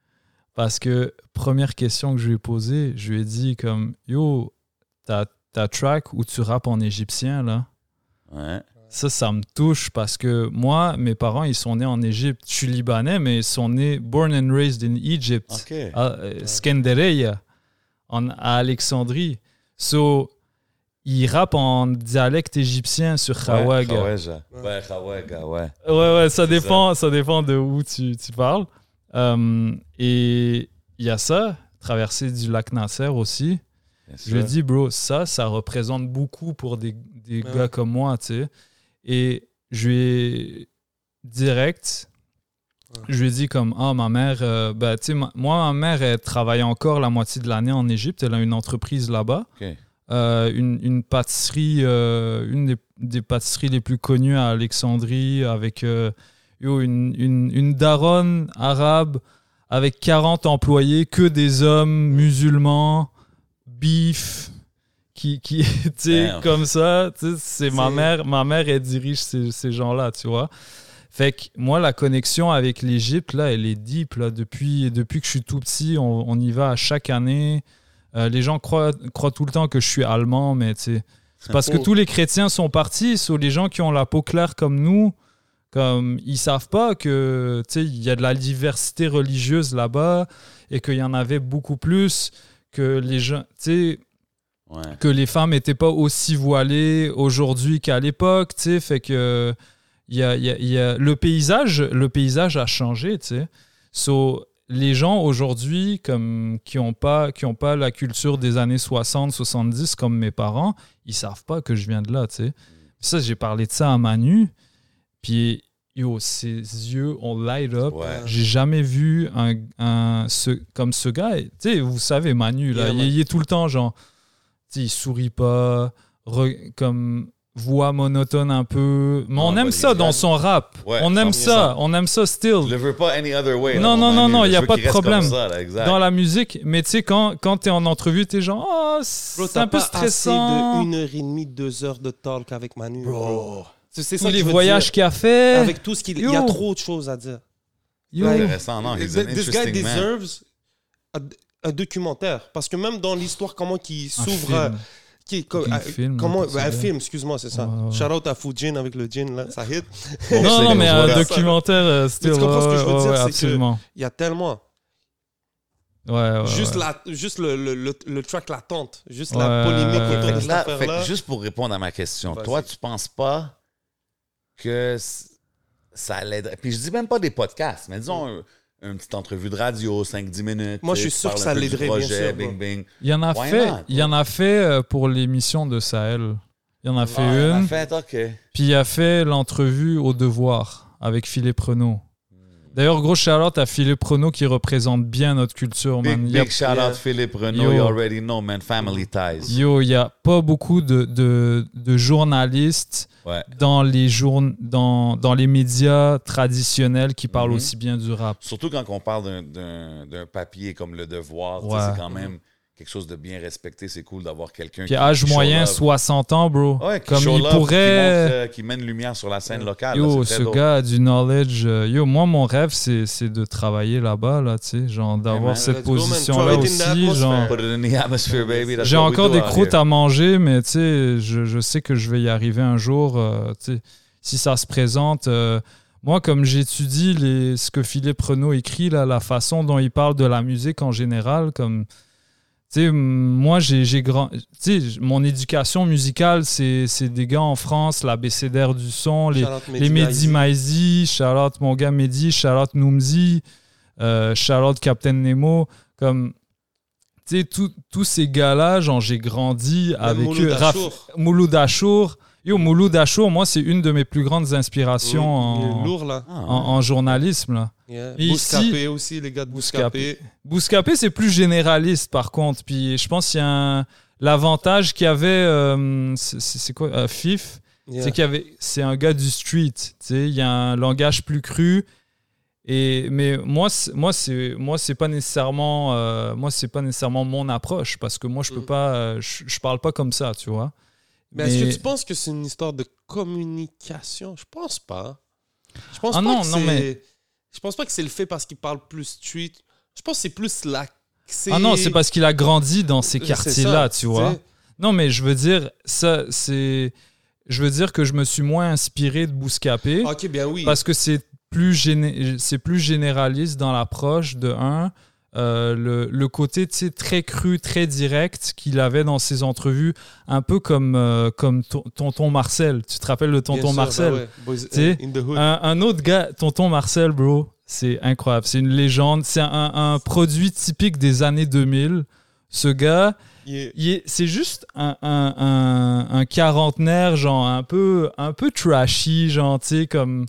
Parce que première question que je lui ai posée, je lui ai dit comme yo, ta, ta track où tu rappes en égyptien là. Ouais. Ça, ça me touche parce que moi, mes parents, ils sont nés en Égypte. Je suis libanais, mais ils sont nés born and raised in Egypt. OK. à euh, Skendereya, en, à Alexandrie. So, il rappe en dialecte égyptien sur Khawaga. Ouais, Khawaja. Ouais, Khawaga, ouais. Ouais, ouais, ça C'est dépend, ça. dépend de où tu, tu parles. Um, et il y a ça, traversée du lac Nasser aussi. Bien Je lui ai sûr. dit, bro, ça, ça représente beaucoup pour des, des Ouais. gars comme moi, tu sais. Et je lui ai direct, je lui ai dit comme, ah, ma mère, euh, ben, tu sais, ma- moi, ma mère, elle travaille encore la moitié de l'année en Égypte. Elle a une entreprise là-bas. OK. Euh, une, une pâtisserie, euh, une des, des pâtisseries les plus connues à Alexandrie, avec euh, yo, une, une, une daronne arabe avec quarante employés, que des hommes musulmans, bif, qui, qui tu sais, Damn. comme ça. Tu sais, c'est ma C'est- mère, ma mère, elle dirige ces, ces gens-là, tu vois. Fait que moi, la connexion avec l'Égypte, là, elle est deep. Là. Depuis, depuis que je suis tout petit, on, on y va à chaque année. Euh, les gens croient, croient tout le temps que je suis allemand, mais tu sais, c'est parce que Oh. tous les chrétiens sont partis. Sur les gens qui ont la peau claire comme nous, comme ils savent pas que tu sais, il y a de la diversité religieuse là-bas et qu'il y en avait beaucoup plus, que les gens, tu sais, Ouais. que les femmes n'étaient pas aussi voilées aujourd'hui qu'à l'époque, tu sais, fait que il y a, il y a- il y a- le paysage, le paysage a changé, tu sais. So, les gens aujourd'hui, comme qui n'ont pas, qui ont pas la culture des années soixante, soixante-dix comme mes parents, ils savent pas que je viens de là, tu sais. Ça, j'ai parlé de ça à Manu, puis yo, ses yeux ont light up. Ouais. J'ai jamais vu un, un ce, comme ce gars. Tu sais, vous savez, Manu, là, Yeah, il, man. il est tout le temps genre, tu sais, il sourit pas, re- comme voix monotone un peu. Mais Non, on aime but ça he's dans got- son rap. Ouais, on aime cent pour ça, cent. on aime ça still. Je le veux pas any other way. là, Non, mon non, non, Manu. non, Je y a veux pas qu'il de reste comme problème. ça, là, exact. Dans la musique, mais tu sais, quand, quand t'es en entrevue, t'es genre, oh, Bro, c'est t'as un peu pas stressant. assez de une heure et demie, deux heures de talk avec Manu. Bro. C'est c'est ça Tous que les je veux voyages dire. qu'il a fait. Avec tout ce qu'il il y a Yo. trop de choses à dire. Yo. Like, Intéressant, non, he's an This guy interesting man. deserves a- un documentaire. Parce que même dans l'histoire, comment il Un s'ouvre, film. euh, Qui, co- Qui ah, filme, comment, pour ouais, un ça. film, excuse-moi, c'est ça. Ouais, ouais. Shout out à Fujin avec le gin, là, ça hit. Non, non, mais un Ouais, ça, documentaire, euh, c'était. Mais tu comprends ce que je veux ouais, dire, ouais, c'est que- absolument. Il y a tellement. Ouais, ouais, juste ouais. la, juste le, le, le, le track l'attente, juste Ouais, la polémique ouais, autour ouais. de cette Là, fait que affaire-là. juste pour répondre à ma question, Vas-y. toi, tu penses pas que c- ça l'aiderait? Puis je dis même pas des podcasts, mais disons un- une petite entrevue de radio, cinq dix minutes. Moi, tu sais, je suis tu sûr que parles ça un peu du l'aiderait, bien projet, sûr, Bing, bro. bing. Il y en a Why fait, not? il y en a fait euh, pour l'émission de Sahel. Il y en a fait Ah, il en a une. fait, ok. Puis il a fait l'entrevue au Devoir avec Philippe Renaud. D'ailleurs, gros shout-out à Philippe Renaud qui représente bien notre culture, Big, man. Il y a- big shout Yeah. out Philippe Renaud, Yo. you already know, man, family ties. Yo, il n'y a pas beaucoup de, de, de journalistes Ouais. dans les, journ- dans, dans les médias traditionnels qui parlent Mhm. aussi bien du rap. Surtout quand on parle d'un- d'un d'un papier comme Le Devoir, tu sais, Ouais. c'est quand même quelque chose de bien respecté. C'est cool d'avoir quelqu'un Puis qui âge qui show moyen, love. soixante ans, bro. Ouais, qui Comme show il love, qui, pourrait... montre, euh, qui mène lumière sur la scène locale. Yo, là, c'est ce très dope. gars a du knowledge. euh, Yo, moi, mon rêve, c'est c'est de travailler là-bas, là, tu sais, genre man. d'avoir cette Let's go, man. position-là Throw it in the aussi. atmosphere. Genre, Put it in the atmosphere, baby. That's j'ai what we encore do des out croûtes here. à manger, mais tu sais, je, je sais que je vais y arriver un jour, euh, tu sais, si ça se présente. euh, moi, comme j'étudie les, ce que Philippe Renaud écrit, là, la façon dont il parle de la musique en général, comme... Tu sais, moi, j'ai j'ai grand... Tu sais, mon éducation musicale, c'est c'est des gars en France, l'abécédaire du son, les, Shout-out les Mehdi Maizi. Maizi, Charlotte, mon gars Mehdi, Charlotte Noumzi, euh, Charlotte Captain Nemo, comme... Tu sais, tous tous ces gars-là, genre, j'ai grandi Même avec Mouloud eux. Raf- Achour. Mouloud Achour. Yo, Mouloud Achour, moi, c'est une de mes plus grandes inspirations Mm, il est en, lourd, là. Ah, en, en journalisme, là. Yeah. Et Bouscapé ici- aussi, les gars de Bouscapé. Bouscapé. Bouscapé, c'est plus généraliste, par contre. Puis je pense qu'il y a un... L'avantage qu'il y avait... euh, c'est c'est quoi euh, Fif, Yeah. c'est qu'il y avait... C'est un gars du street. Tu sais, il y a un langage plus cru. Et, mais moi, c'est- moi, c'est moi, c'est pas nécessairement... euh, moi, c'est pas nécessairement mon approche. Parce que moi, je peux Mm. pas... euh, je, je parle pas comme ça, tu vois. Mais est-ce que tu penses que c'est une histoire de communication? Je pense pas. Je pense Ah pas non, que non, c'est... mais- Je pense pas que c'est le fait parce qu'il parle plus street. Je pense que c'est plus l'accès... Ah non, c'est parce qu'il a grandi dans ces C'est quartiers-là, ça, tu vois. sais. Non, mais je veux dire, ça, c'est... Je veux dire que je me suis moins inspiré de Bouscapé Ok, bien oui. parce que c'est plus, géné- c'est plus généraliste dans l'approche, de un. Euh, le, le côté, tu sais, très cru, très direct qu'il avait dans ses entrevues, un peu comme, euh, comme ton- Tonton Marcel. Tu te rappelles de Bien Tonton sûr, Marcel? bah ouais. Boys, Tu sais, in the hood. Un, un autre gars, Tonton Marcel, bro, c'est incroyable. C'est une légende. C'est un, un produit typique des années deux mille. Ce gars, Yeah. il est- c'est juste un, un, un, un quarantenaire, genre un peu, un peu trashy, genre, tu sais, comme.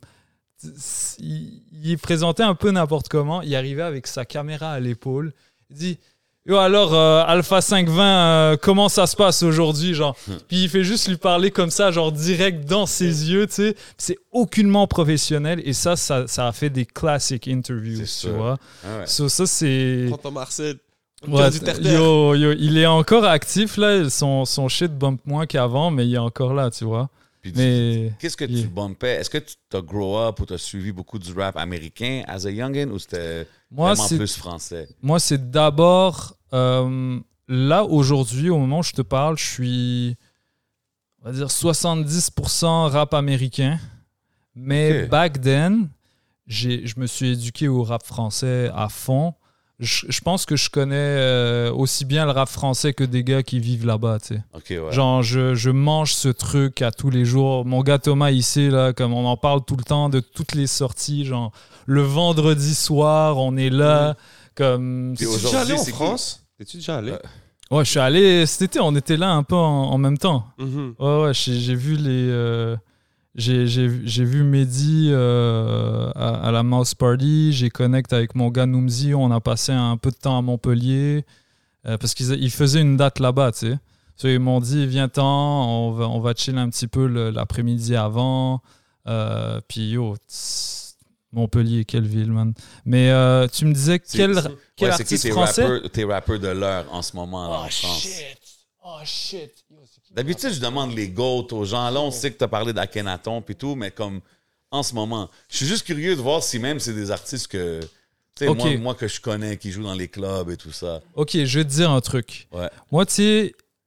Il, il présentait un peu n'importe comment. Il arrivait avec sa caméra à l'épaule. Il dit Yo, alors, euh, Alpha cinq vingt, euh, comment ça se passe aujourd'hui, genre. Puis il fait juste lui parler comme ça, genre direct dans ses yeux, tu sais. C'est aucunement professionnel. Et ça, ça, ça a fait des classic interviews, C'est tu sûr. vois. Ah ouais. So, ça, c'est. Tonton Marcel. Ouais, Cœur du terre-terre. yo, yo, il est encore actif, là. Son, son shit bump moins qu'avant, mais il est encore là, tu vois. Puis tu- Mais. Qu'est-ce que Yeah. tu bumpais? Est-ce que tu as grow up ou tu as suivi beaucoup du rap américain as a youngin ou c'était Moi, vraiment c'est plus français? Moi, c'est d'abord, euh, là, aujourd'hui, au moment où je te parle, je suis, on va dire, soixante-dix pour cent rap américain. Mais Ok. back then, j'ai, je me suis éduqué au rap français à fond. Je, je pense que je connais euh, aussi bien le rap français que des gars qui vivent là-bas, tu sais. OK, ouais. Genre, je, je mange ce truc à tous les jours. Mon gars Thomas, ici, là, comme on en parle tout le temps de toutes les sorties. Genre, le vendredi soir, on est là. Comme. Puis T'es-tu déjà aujourd'hui, allé en c'est qui? France? T'es-tu déjà allé? Euh, Ouais, je suis allé cet été, on était là un peu en, en même temps. Mhm. Ouais, ouais, j'ai, j'ai vu les. euh, j'ai, j'ai, j'ai vu Mehdi euh, à, à la Mouse Party. J'ai connecté avec mon gars Noumzi. On a passé un peu de temps à Montpellier. euh, parce qu'ils ils faisaient une date là-bas, tu sais. So, ils m'ont dit, viens-t'en, on va, on va chiller un petit peu le- l'après-midi avant. Euh, puis yo, tss, Montpellier, quelle ville, man. Mais euh, tu me disais C'est- quel, c'est- quel ouais, c'est qui artiste tes français? rappeurs, tes rappeurs de l'heure en ce moment là, en France? Oh shit! Yo, c'est qui? D'habitude, je demande les GOAT aux gens. Là, on sait que tu as parlé d'Akhenaton et tout, mais comme en ce moment, je suis juste curieux de voir si même c'est des artistes que, tu sais, Ok. moi, moi que je connais, qui jouent dans les clubs et tout ça. Ok, je vais te dire un truc. Ouais. Moi, tu sais,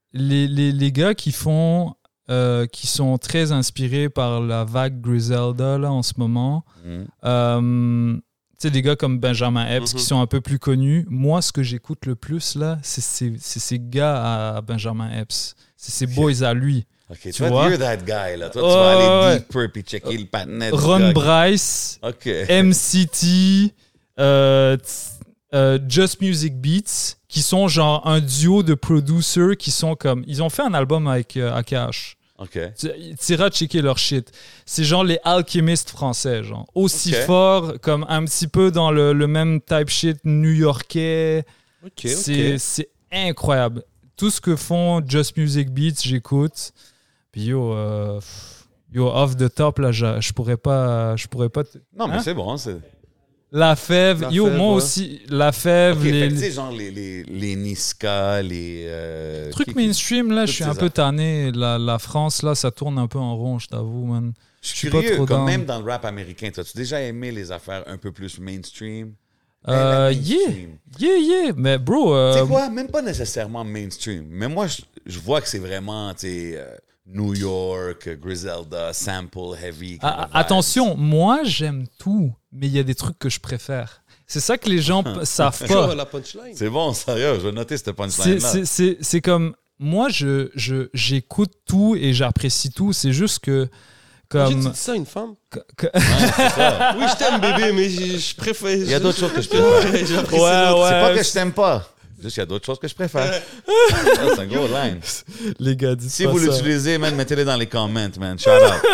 les, les, les gars qui font, euh, qui sont très inspirés par la vague Griselda là, en ce moment, Mm. euh, tu sais, des gars comme Benjamin Epps Mhm. qui sont un peu plus connus. Moi, ce que j'écoute le plus, là, c'est c'est- c'est ces gars à Benjamin Epps. C'est ces boys à lui. Ok, Tu tu vois, vois? you're that guy, là. Toi, tu Ouais, vas aller ouais, deeper puis checker le patinet. du Ron gars. Bryce, Ok. M C T, euh, t- euh, Just Music Beats, qui sont genre un duo de producers qui sont comme... Ils ont fait un album avec euh, Akash. Ok. Tu tu iras checker leur shit. C'est genre les alchimistes français, genre. Aussi Ok. fort, comme un petit peu dans le, le même type shit new-yorkais. Ok, C'est ok. c'est incroyable. Tout ce que font Just Music Beats, j'écoute. Puis yo, euh, pff, yo, off the top, là, je, je pourrais pas... Je pourrais pas te- Non, mais Hein? c'est bon. C'est... La Fève, La yo, Fève, moi ouais. aussi, La Fève, Ok, les, fait que tu les sais, genre les, les, les Niska, les. Euh, trucs qui- mainstream, là, je toutes suis ces un peu affaires. tanné. La, la France, là, ça tourne un peu en rond, je t'avoue, man. Je je suis suis pas curieux, trop comme down. même dans le rap américain, as-tu déjà aimé les affaires un peu plus mainstream? Euh, Eh, la yeah, mainstream. yeah, yeah. Mais bro, euh, Tu sais quoi? Même pas nécessairement mainstream. Mais moi, je, je vois que c'est vraiment, tu sais, euh, New York, Griselda, sample, heavy. kind a- of vibes. attention, moi, j'aime tout, mais il y a des trucs que je préfère. C'est ça que les gens p- savent Genre pas. la punchline. C'est bon, sérieux, je vais noter cette C'est- punchline-là. C'est c'est- c'est comme, moi, je je- j'écoute tout et j'apprécie tout. C'est juste que, J'ai comme... dit ça à une femme. que- que- Ouais, c'est ça. Oui, je t'aime, bébé, mais je, je préfère. Il y a d'autres choses que je préfère. Ouais, j'apprécie Ouais, l'autre. ouais. C'est pas que je t'aime pas. Juste qu'il y a d'autres choses que je préfère. Ça, c'est un gros line. les gars, dites Si pas vous ça. l'utilisez, man, mettez-le dans les comments, man. Shout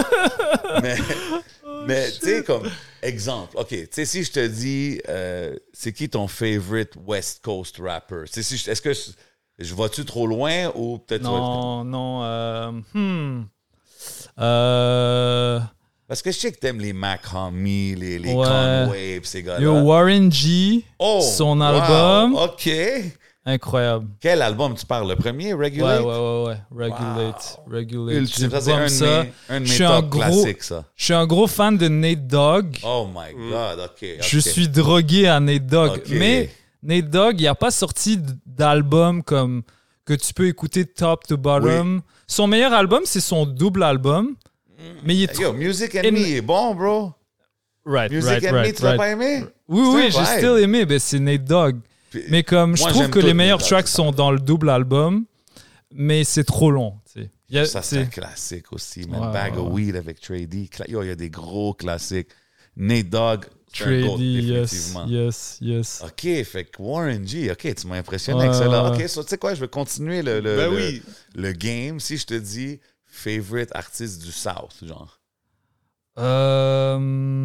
out. mais, mais tu sais, comme exemple, OK, tu sais, si je te dis, euh, c'est qui ton favorite West Coast rapper? Tu sais, si je- est-ce que je, je vais-tu trop loin ou peut-être... tu vas- Non, non. Euh, hmm. Euh, Parce que je sais que t'aimes les Mac Homie, les, les Ouais. Conway, pis ces gars-là. yo, Warren G, Oh, son wow, album, OK. incroyable. Quel album tu parles? Le premier, Ouais, Regulate? ouais, ouais, ouais. Regulate. Regulate. Ultime. Ça, c'est J'aime un de ça. mes, un de Je mes suis un top gros- classiques, ça. Je suis un gros fan de Nate Dogg. Oh my God, OK. ok. Je suis drogué à Nate Dogg. OK. Mais Nate Dogg, il n'a pas sorti d- d'album comme que tu peux écouter top to bottom. Son meilleur album, c'est son double album. Mais il est Hey, Yo, trop... Music In- Enemy est bon, bro. Right, Music right, Enemy, right, tu l'as right. pas aimé? Oui, C'est oui, un j'ai vibe. still aimé. Ben, c'est Nate Dogg. Puis- Mais comme je Moi, trouve j'aime que tout les Nate meilleurs Dogg. tracks sont dans le double album, mais c'est trop long. tu sais. Il y a- Ça, c'est un c'est- classique aussi, man. Ouais, Bag ouais, of ouais. Weed avec Trey D. Cla- Yo, il y a des gros classiques. Nate Dogg, c'est un Trey goat, D, yes, définitivement. yes, yes. OK, fait que Warren G, OK, tu m'as impressionné Ouais, avec celle-là. ouais. OK, so, tu sais quoi, je vais continuer le, le, Ben le, oui. le game. Si je te dis favorite artiste du South, genre. Euh,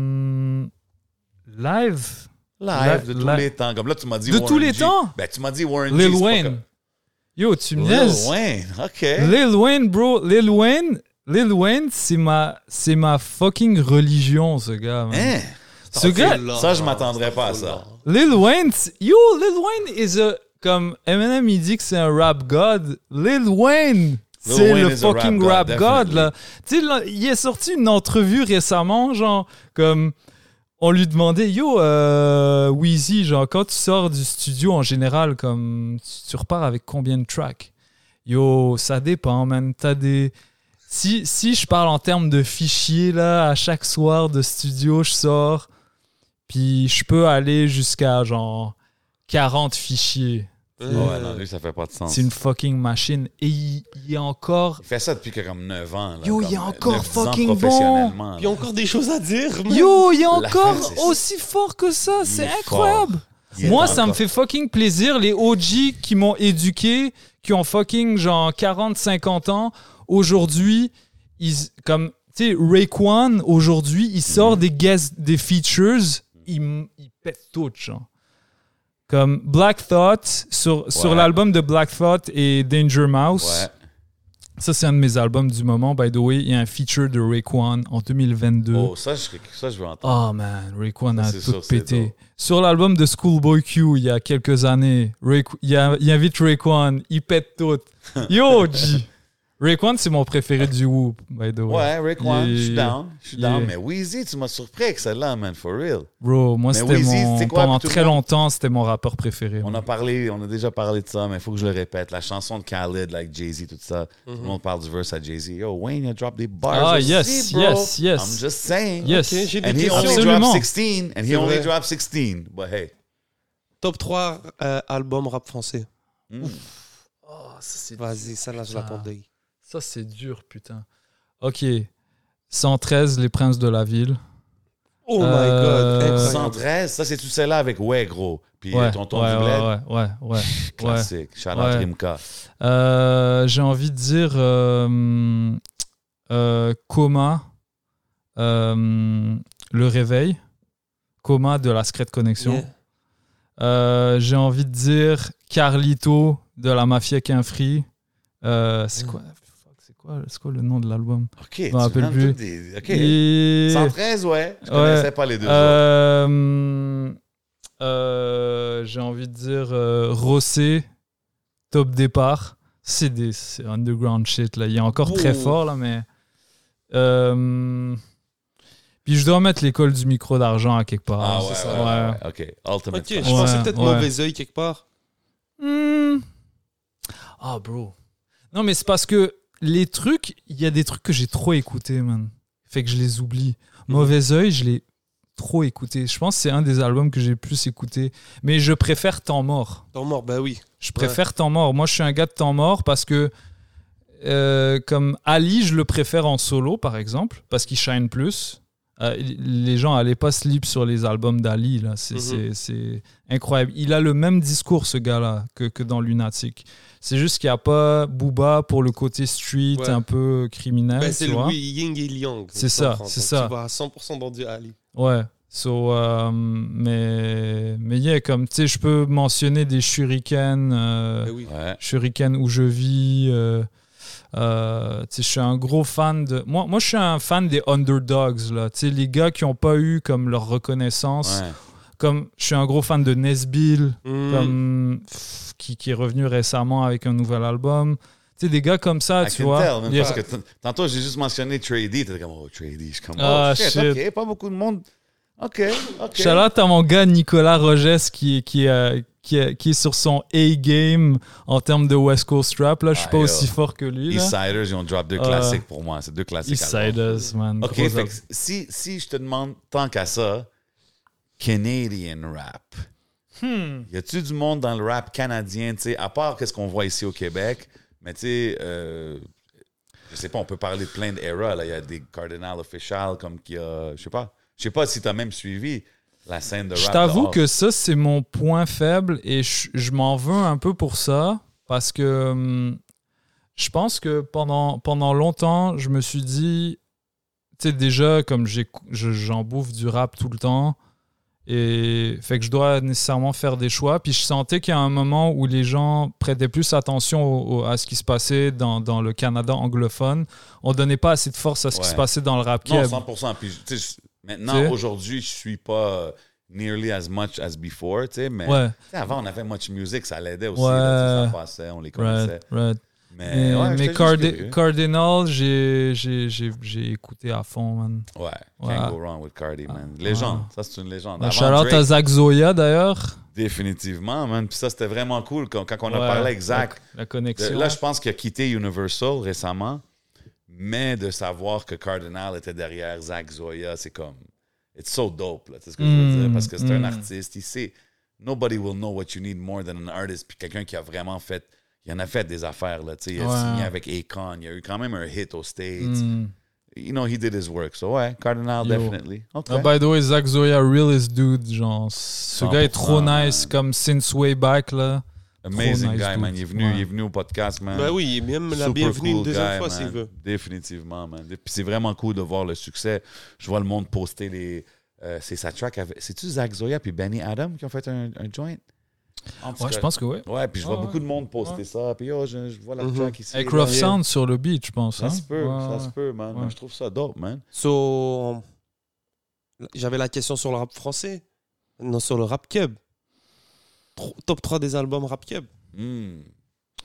live. Live de Li- tous li- les temps. Comme là, tu m'as dit De Warren tous les G. temps? Ben, tu m'as dit Warren G. Lil c'est pas Wayne. comme- Yo, tu me Lil niaises. Wayne, OK. Lil Wayne, bro. Lil Wayne, Lil Wayne, c'est ma, c'est ma fucking religion, ce gars. man. Hein? Ce gars, Ça, je m'attendrais pas à ça. Lil Wayne, c'est- yo, Lil Wayne is a, comme Eminem, il dit que c'est un rap god. Lil Wayne, c'est Wayne le is a rap fucking god, rap god, definitely. là. Tu sais, là, il est sorti une entrevue récemment, genre, comme, on lui demandait, yo, euh, Weezy, genre, quand tu sors du studio en général, comme, tu, tu repars avec combien de tracks? Yo, ça dépend, man. T'as des. Si, si je parle en termes de fichiers, là, à chaque soir de studio, je sors, puis je peux aller jusqu'à, genre, quarante fichiers. Ouais, non, lui, ça fait pas de sens. C'est une fucking machine. Et il, il est encore. Il fait ça depuis que comme neuf ans. Là, Yo, comme, il est encore neuf, dix ans fucking bon. professionnellement, Il y a là. encore des choses à dire. man. Yo, il est La encore fin, c'est- aussi fort que ça. Il C'est est incroyable. fort. Il est Moi, ça me encore- fait fucking plaisir. Les O G qui m'ont éduqué, qui ont fucking genre quarante cinquante ans, aujourd'hui, ils, comme, tu sais, Raekwon, aujourd'hui, il sort des guests, des features, il, m- il pète tout, genre. Comme Black Thought, sur, sur Ouais. l'album de Black Thought et Danger Mouse. Ouais. Ça, c'est un de mes albums du moment, by the way. Il y a un feature de Raekwon en deux mille vingt-deux. Oh, ça, je, ça, je veux entendre. Oh man, Raekwon Ça, a c'est tout sûr, c'est pété. dope. Sur l'album de Schoolboy Q, il y a quelques années, Rayqu- il, y a- il invite Raekwon, il pète tout. Yo, G! Raekwon, c'est mon préféré du Whoop, by the way. Ouais, Raekwon, je suis Yeah. down. Je suis Yeah. down. Mais Weezy, tu m'as surpris avec celle-là, man, for real. Bro, moi, Mais c'était Weezy, mon... c'est quoi, Pendant puis tout très le monde- longtemps, c'était mon rappeur préféré. On man. a parlé, on a déjà parlé de ça, mais il faut que je le répète. La chanson de Khaled, like Jay-Z, tout ça. Tout le monde parle du verse à Jay-Z. Yo, Wayne a drop des bars Ah, aussi, yes, bro. yes, yes. I'm just saying. Yes. Ok, j'ai des And he questions. only Absolument. dropped sixteen. And he C'est only vrai. dropped sixteen. But hey. Top trois euh, albums rap français. Mm. Oh, ça, c'est Vas-y, ça là, je Putain. l'attendais. Ça, c'est dur, putain. OK. cent treize, Les Princes de la Ville. Oh my Euh, god, incroyable. cent treize, ça c'est tout celle-là avec Ouais Gros. Puis Ouais, euh, Tonton ouais, du Bled. ouais, ouais, ouais, ouais. Classique. Shout out Ouais. Rimka. Euh, j'ai envie de dire euh, euh, Coma, euh, Le Réveil, Coma de la Secret Connexion. Yeah. Euh, j'ai envie de dire Carlito de la Mafia Quinfree. Euh, c'est quoi, fuck, c'est quoi, c'est quoi le nom de l'album? OK, Je tu m'en rappelle viens de plus. toutes des... OK. Et- cent treize, ouais. Je Ouais. connaissais pas les deux autres. Euh, euh, j'ai envie de dire euh, Rossé, Top Départ. C'est des c'est underground shit là. Il est encore très Oh. fort là, mais. Euh, puis je dois mettre l'école du micro d'argent à quelque part. Ah ouais, c'est ouais, ça. ouais, ouais. OK. Ultimate. Ok, je Fun. Ouais, pensais peut-être ouais. Mauvais Oeil quelque part. Hmm. Ah, bro. Non, mais c'est parce que les trucs, il y a des trucs que j'ai trop écoutés, man. Fait que je les oublie. Mauvais Oeil, je l'ai trop écouté. Je pense que c'est un des albums que j'ai le plus écouté. Mais je préfère Temps Mort. Temps mort, bah oui. Je préfère Temps Mort. Moi, je suis un gars de Temps Mort parce que, euh, comme Ali, je le préfère en solo, par exemple, parce qu'il shine plus. Euh, les gens n'allaient pas sleep sur les albums d'Ali. Là. C'est, Mhm. c'est- c'est incroyable. Il a le même discours, ce gars-là, que, que dans Lunatic. C'est juste qu'il n'y a pas Booba pour le côté street, Ouais. un peu criminel. Bah, c'est tu le vois. oui, yin et yang. C'est tu ça, comprends. c'est Donc, ça. Tu vas à cent pour cent dans du Ali. Ouais. So, euh, mais, mais yeah, comme, tu sais, je peux mentionner des shurikens. euh, Bah oui. Ouais. Shuriken où je vis. Euh, euh, tu sais, je suis un gros fan de. Moi, moi, je suis un fan des underdogs, là. Tu sais, les gars qui n'ont pas eu comme leur reconnaissance. Ouais. Comme je suis un gros fan de Nesbill, Mm. comme pff, qui, qui est revenu récemment avec un nouvel album. Tu sais, des gars comme ça, I tu can vois. tell, man, Yeah. parce que t- tantôt, j'ai juste mentionné Trady. T'étais comme, oh, Trady. Je suis comme, Ah, oh, shit, shit. OK, pas beaucoup de monde. OK, OK. Shout out à mon gars Nicolas Rogès qui, qui, euh, qui, est- qui est sur son A-game en termes de West Coast rap. Là. Je suis Ah, pas yo. aussi fort que lui. Là. Eastsiders, ils ont drop deux Euh, classiques pour moi. C'est deux classiques. albums. Eastsiders, man. OK, Gros fait album. que si, si je te demande tant qu'à ça, Canadian rap, Hmm. y a-tu du monde dans le rap canadien, tu sais, à part qu'est-ce qu'on voit ici au Québec, mais tu sais, euh, je sais pas, on peut parler de plein d'eras, là. Il y a des Cardinal Official comme qui a, je sais pas, je sais pas si tu as même suivi la scène de rap. Je t'avoue dehors. que ça, c'est mon point faible et je, je m'en veux un peu pour ça parce que hum, je pense que pendant, pendant longtemps, je me suis dit, tu sais, déjà, comme j'ai, je- j'en bouffe du rap tout le temps, et fait que je dois nécessairement faire des choix. Puis je sentais qu'il y a un moment où les gens prêtaient plus attention au- au- à ce qui se passait dans, dans le Canada anglophone. On donnait pas assez de force à ce qui Ouais. se passait dans le rap Non, keb. cent pour cent. Puis, tu sais, je- maintenant, Tu sais? aujourd'hui, je suis pas nearly as much as before, tu sais, mais Ouais, tu sais, avant, on avait Much Music, ça l'aidait aussi, Ouais. là, tu sais, ça passait, on les connaissait. right, right. Mais, Mais, ouais, mais j'étais juste Cardi- curieux. Cardinal, j'ai, j'ai, j'ai, j'ai écouté à fond, man. Ouais, Ouais. can't go wrong with Cardi, man. Légende, ça c'est une légende. Un Avant shout-out Drake, à Zach Zoya, d'ailleurs. définitivement, man. Puis ça, c'était vraiment cool quand, quand on a Ouais, parlé avec Zach. La de- connexion. là, je pense qu'il a quitté Universal récemment, mais de savoir que Cardinal était derrière Zach Zoya, c'est comme... It's so dope, là, tu sais ce que je veux Mm, dire? Parce que c'est un mm. artiste, il sait... Nobody will know what you need more than an artist. Puis quelqu'un qui a vraiment fait... Il en a fait des affaires, là, tu sais. Il a Ouais. signé avec Akon, il y a eu quand même un hit aux States. Mm. You know, he did his work. So, ouais, Cardinal, Yo. definitely. OK. Ah, by the way, Zach Zoya, realest dude. Genre, ce gars est trop cent pour cent, nice, man. comme since way back, là. Amazing nice guy, dude. man. Il est venu, Ouais. il est venu au podcast, man. Bah oui, même la Super bienvenue une cool deuxième guy, fois man. s'il veut. Définitivement, man. Puis c'est vraiment cool de voir le succès. Je vois le monde poster les... euh, c'est sa track avec... C'est-tu Zach Zoya puis Benny Adam qui ont fait un, un joint? En tout Ouais, cas, je pense que oui. Ouais, puis je vois Ouais, beaucoup de monde poster ouais. ça. Puis yo, je, je vois la Mhm. track ici. Avec là. Rough Sound sur le beat, je pense. Ça hein. se peut, Ouais, ça ouais. se peut, man. Ouais. Moi, je trouve ça dope, man. So, j'avais la question sur le rap français. Non, sur le rap keb. Tro- Top trois des albums rap keb. Hmm.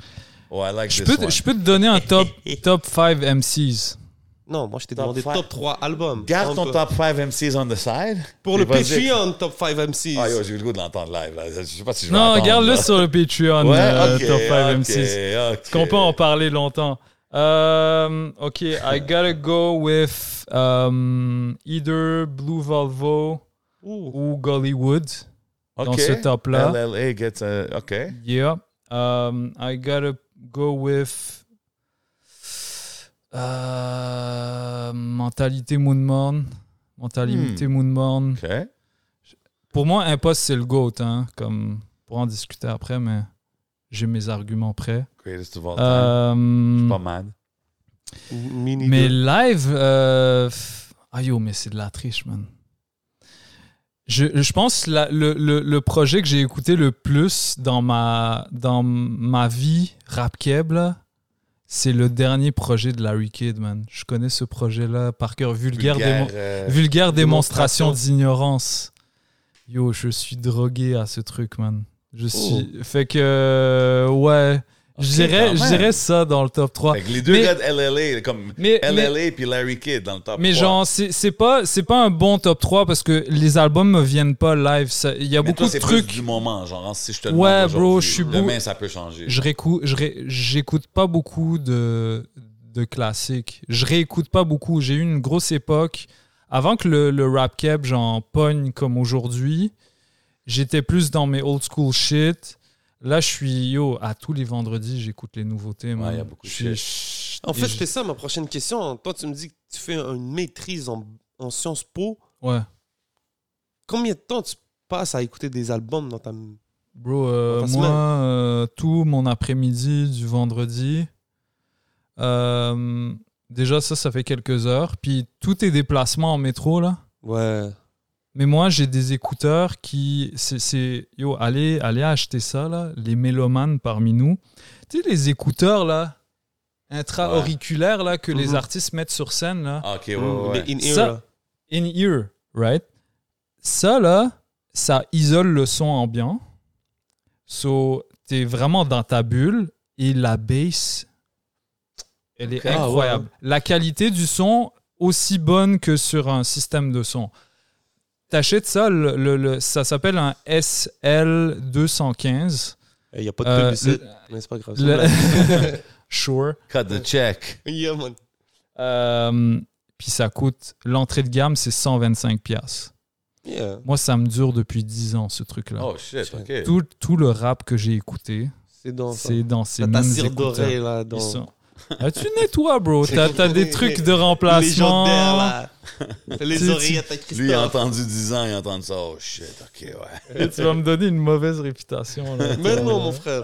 Oh, I like Je this peux, one. je peux te donner un top, top cinq M Cs. Non, moi je t'ai Top demandé five. top trois albums. Garde On ton peut- top cinq M Cs on the side. Pour le Et vas-y. Patreon, top cinq M C. Ah yo, j'ai eu le goût de l'entendre live. Là. Je sais pas si je vais Non, entendre, garde-le là. sur le Patreon, Ouais, euh, ok, top cinq M ok, Cs. ok. Parce qu'on peut en parler longtemps. Um, OK, I gotta go with um, either Blue Volvo ou Gollywood dans Ok. ce top-là. L L A gets a... OK. Yeah. Um, I gotta go with uh, Mentalité Moonmorn. Mentalité Hmm. Moonmorn. OK. Pour moi, Impost, c'est le GOAT. Hein, comme, pour en discuter après, mais j'ai mes arguments prêts. Greatest of all time. Je Um, suis pas mad. Mini mais deux. live, euh... ah yo, mais c'est de la triche, man. Je, je pense la, le, le, le projet que j'ai écouté le plus dans ma, dans ma vie rap keb, là, c'est le dernier projet de Larry Kidd, man. Je connais ce projet-là par cœur. Vulgaire, Vulgaire, démo- euh, vulgaire démonstration démonstration. d'ignorance. Yo, je suis drogué à ce truc, man. Je suis. Oh. Fait que, euh, ouais. Je Ok, dirais, quand je même. dirais ça dans le top trois. Fait que les deux Mais- gars de L L A, comme Mais- L L A puis Larry Kidd dans le top Mais trois. genre, c'est c'est pas, c'est pas un bon top trois parce que les albums me viennent pas live. Ça- Il y a Mais beaucoup toi, de c'est trucs. plus du moment, genre si je te Ouais, demande bro, aujourd'hui, je suis demain beau- ça peut changer. Je récou- je ré- J'écoute pas beaucoup de, de classiques. Je réécoute pas beaucoup. J'ai eu une grosse époque. Avant que le, le rap keb, j'en pogne comme aujourd'hui, j'étais plus dans mes old school shit. Là, je suis, yo, à tous les vendredis, j'écoute les nouveautés. man. il y a beaucoup de Je suis- En fait, et je- c'est ça ma prochaine question. Toi, tu me dis que tu fais une maîtrise en, en Sciences Po. Ouais. Combien de temps tu passes à écouter des albums dans ta... Bro, euh, Dans ta moi, semaine. euh, tout mon après-midi du vendredi, euh, déjà ça, ça fait quelques heures. Puis tous tes déplacements en métro, là. Ouais. Mais moi, j'ai des écouteurs qui... c'est- C'est... Yo, allez, allez acheter ça, là. Les mélomanes parmi nous. Tu sais, les écouteurs, là, intra-auriculaires, là, que les Mhm. artistes mettent sur scène, là. Ah, ok, ouais, Mm, ouais, ouais. mais in-ear, Ça- là. In-ear, right? Ça, là, ça isole le son ambiant. So, t'es vraiment dans ta bulle et la bass, elle est Ok. incroyable. Ah, ouais. La qualité du son, aussi bonne que sur un système de son. T'achètes ça, le, le- le- ça s'appelle un S L deux cent quinze. Il n'y a pas de Euh, publicité, le- mais c'est pas grave. Le- Sure. Cut the check. Yeah, man. Euh, Puis ça coûte, l'entrée de gamme, c'est cent vingt-cinq piastres. Yeah. Moi, ça me dure depuis dix ans, ce truc-là. Oh shit, ok. Tout, tout le rap que j'ai écouté, C'est dans ça. c'est dans ces T'as ta mêmes cire écouteurs. d'oreille, là. Ils Dans... sont- Ah, tu nettoies, bro. T'as t'as des Les- trucs les- de remplacement. Légendaire, là. Les Tu- oreillettes à Christophe. Lui, il a entendu dix ans, il a entendu ça. Oh shit, ok, ouais. Et tu vas me donner une mauvaise réputation. Là, Mais non, mon frère.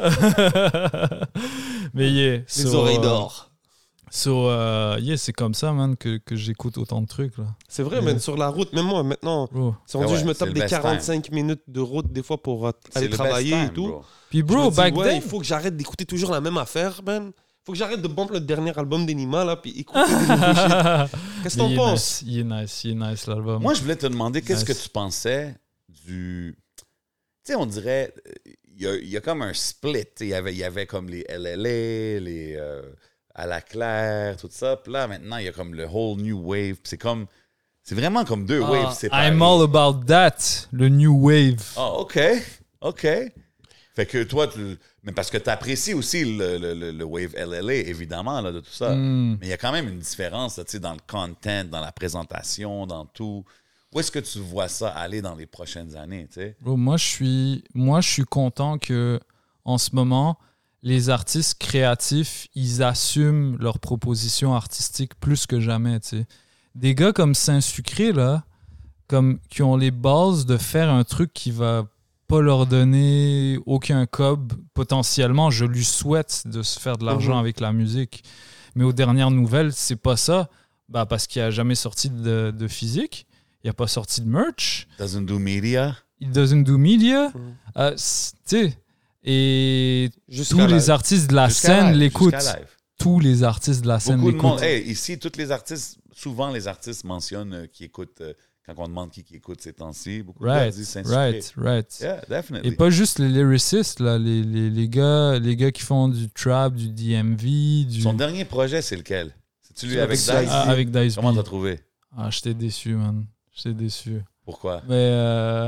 Mais yeah. Les so, oreilles euh, d'or. So, euh, yeah, c'est comme ça, man, que, que j'écoute autant de trucs, là. C'est vrai, man, sur la route, même moi, maintenant, Bro. c'est rendu, Ah ouais, je me c'est tape le des best quarante-cinq minutes de route des fois pour euh, C'est aller le travailler best et time, tout. bro. Puis, Je bro, me dis, back ouais, then... il faut que j'arrête d'écouter toujours la même affaire, man. Faut que j'arrête de bump le dernier album d'Enima, là, puis écouter des nouveaux shit. Qu'est-ce que Mais t'en il est penses? nice, il est nice, il est nice, l'album. Moi, je voulais te demander qu'est-ce Nice. que tu pensais du. Tu sais, on dirait. Il y a, il y a comme un split. tu sais, Il y avait, il y avait comme les L L A, les. euh, à la claire, tout ça. Puis là, maintenant, il y a comme le whole new wave. Puis c'est comme. C'est vraiment comme deux Ah, waves séparés. I'm all about that, le new wave. Ah, OK. OK. Fait que toi, tu. Mais parce que tu apprécies aussi le, le, le, le wave L L A, évidemment, là, de tout ça. Mm. Mais il y a quand même une différence là, tu sais, dans le content, dans la présentation, dans tout. Où est-ce que tu vois ça aller dans les prochaines années, tu sais? Bro, moi, je suis, moi, je suis content que en ce moment, les artistes créatifs, ils assument leurs propositions artistiques plus que jamais. Tu sais. Des gars comme Saint-Sucré, là, comme, qui ont les bases de faire un truc qui va pas leur donner aucun cob, potentiellement, je lui souhaite de se faire de l'argent Mhm. avec la musique. Mais aux dernières nouvelles, c'est pas ça. Bah, parce qu'il a jamais sorti de, de physique. Il a pas sorti de merch. Doesn't do media. It doesn't do media. Mhm. Euh, c- tu sais, et Jusqu'à tous la- les artistes de la Jusqu'à scène live, l'écoutent. jusqu'à live. Tous les artistes de la scène Beaucoup de monde. l'écoutent. Hey, ici, tous les artistes, souvent les artistes mentionnent euh, qu'ils écoutent, euh, quand on demande qui, qui écoute ces temps-ci, beaucoup de Right, gars disent Saint-Sucré. right, right. Yeah, definitely. Et pas juste les lyricistes, là, les, les, les, gars, les gars qui font du trap, du D M V. Du... Son dernier projet, c'est lequel? C'est-tu lui avec Dice? Ah, avec Dice. Comment t'as trouvé? Ah, j'étais déçu, man. J'étais déçu. Pourquoi? Mais euh...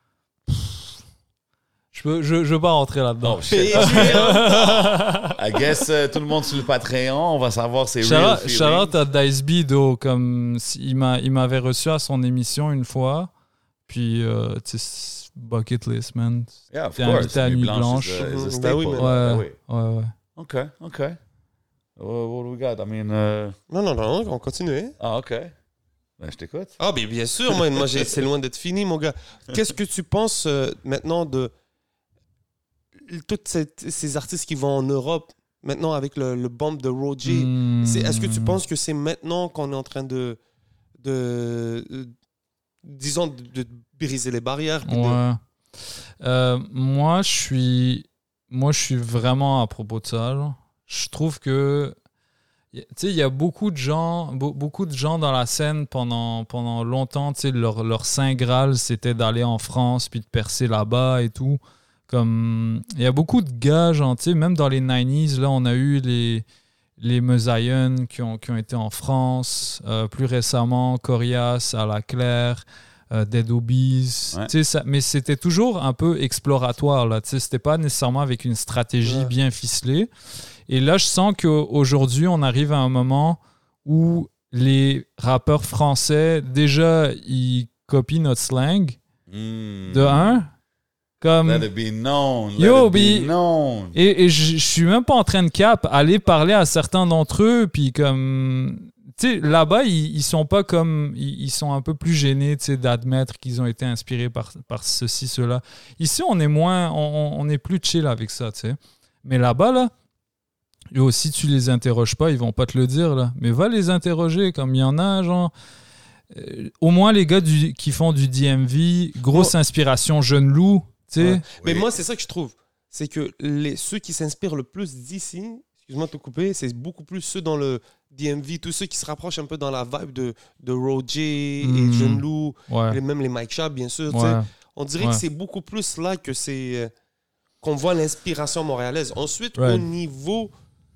je peux, je, je veux pas rentrer là-dedans. Oh shit. I guess euh, tout le monde sur le Patreon, on va savoir c'est real feelings. Shout-out à Dice B, though, comme il, m'a, il m'avait reçu à son émission une fois. Puis, euh, tu sais, bucket list, man. Yeah, of T'es course. invité à Nuit Blanche. Is a, is a Mhm. staple. Ben oui, mais- Ouais, Ben oui. ouais, ouais. OK, OK. Uh, what do we got? I mean... uh, Non, non, non, on continue. Ah, OK. Ben, je t'écoute. Ah, bien, bien sûr, moi, moi j'ai- c'est loin d'être fini, mon gars. Qu'est-ce que tu penses euh, maintenant de tous ces artistes qui vont en Europe, maintenant avec le, le bump de Roger? Hmm. C'est- Est-ce que tu penses que c'est maintenant qu'on est en train de, de, de- disons, de, de briser les barrières? puis de- Ouais. Euh, moi, je suis, moi, je suis vraiment à propos de ça. Genre. Je trouve que, tu sais, il y a beaucoup de gens, be- beaucoup de gens dans la scène pendant, pendant longtemps. Tu sais, leur, leur saint graal, c'était d'aller en France puis de percer là-bas et tout. Comme, il y a beaucoup de gars, genre, tu sais, même dans les quatre-vingt-dix, là, on a eu les les Mesaillon qui ont, qui ont été en France, euh, plus récemment, Corias, à la Claire. Euh, Dead Obies, Ouais. tu sais, ça, mais c'était toujours un peu exploratoire, là, tu sais, c'était pas nécessairement avec une stratégie Ouais. bien ficelée. Et là, je sens qu'aujourd'hui, on arrive à un moment où les rappeurs français, déjà, ils copient notre slang, Mm. de un, comme... Let it be known. Let Yo, it be be- known. Et, et je je suis même pas en train de cap, aller parler à certains d'entre eux, puis comme... Tu sais, là-bas, ils, ils sont pas comme... Ils, ils sont un peu plus gênés, tu sais, d'admettre qu'ils ont été inspirés par, par ceci, cela. Ici, on est moins... On, on est plus chill avec ça, tu sais. Mais là-bas, là, yo, si tu les interroges pas, ils vont pas te le dire, là. Mais va les interroger, comme il y en a, genre... euh, au moins, les gars du, qui font du D M V, grosse inspiration Jeune Loup, tu sais. Ouais. Mais Oui. moi, c'est ça que je trouve. C'est que les, ceux qui s'inspirent le plus d'ici, excuse-moi de te couper, c'est beaucoup plus ceux dans le D M V, tous ceux qui se rapprochent un peu dans la vibe de, de Roger Mm. et Jeune Loup, Ouais. et même les Mike Schaap, bien sûr. tu sais. Ouais. On dirait Ouais. que c'est beaucoup plus là que c'est euh, qu'on voit l'inspiration montréalaise. Ensuite, Right. au niveau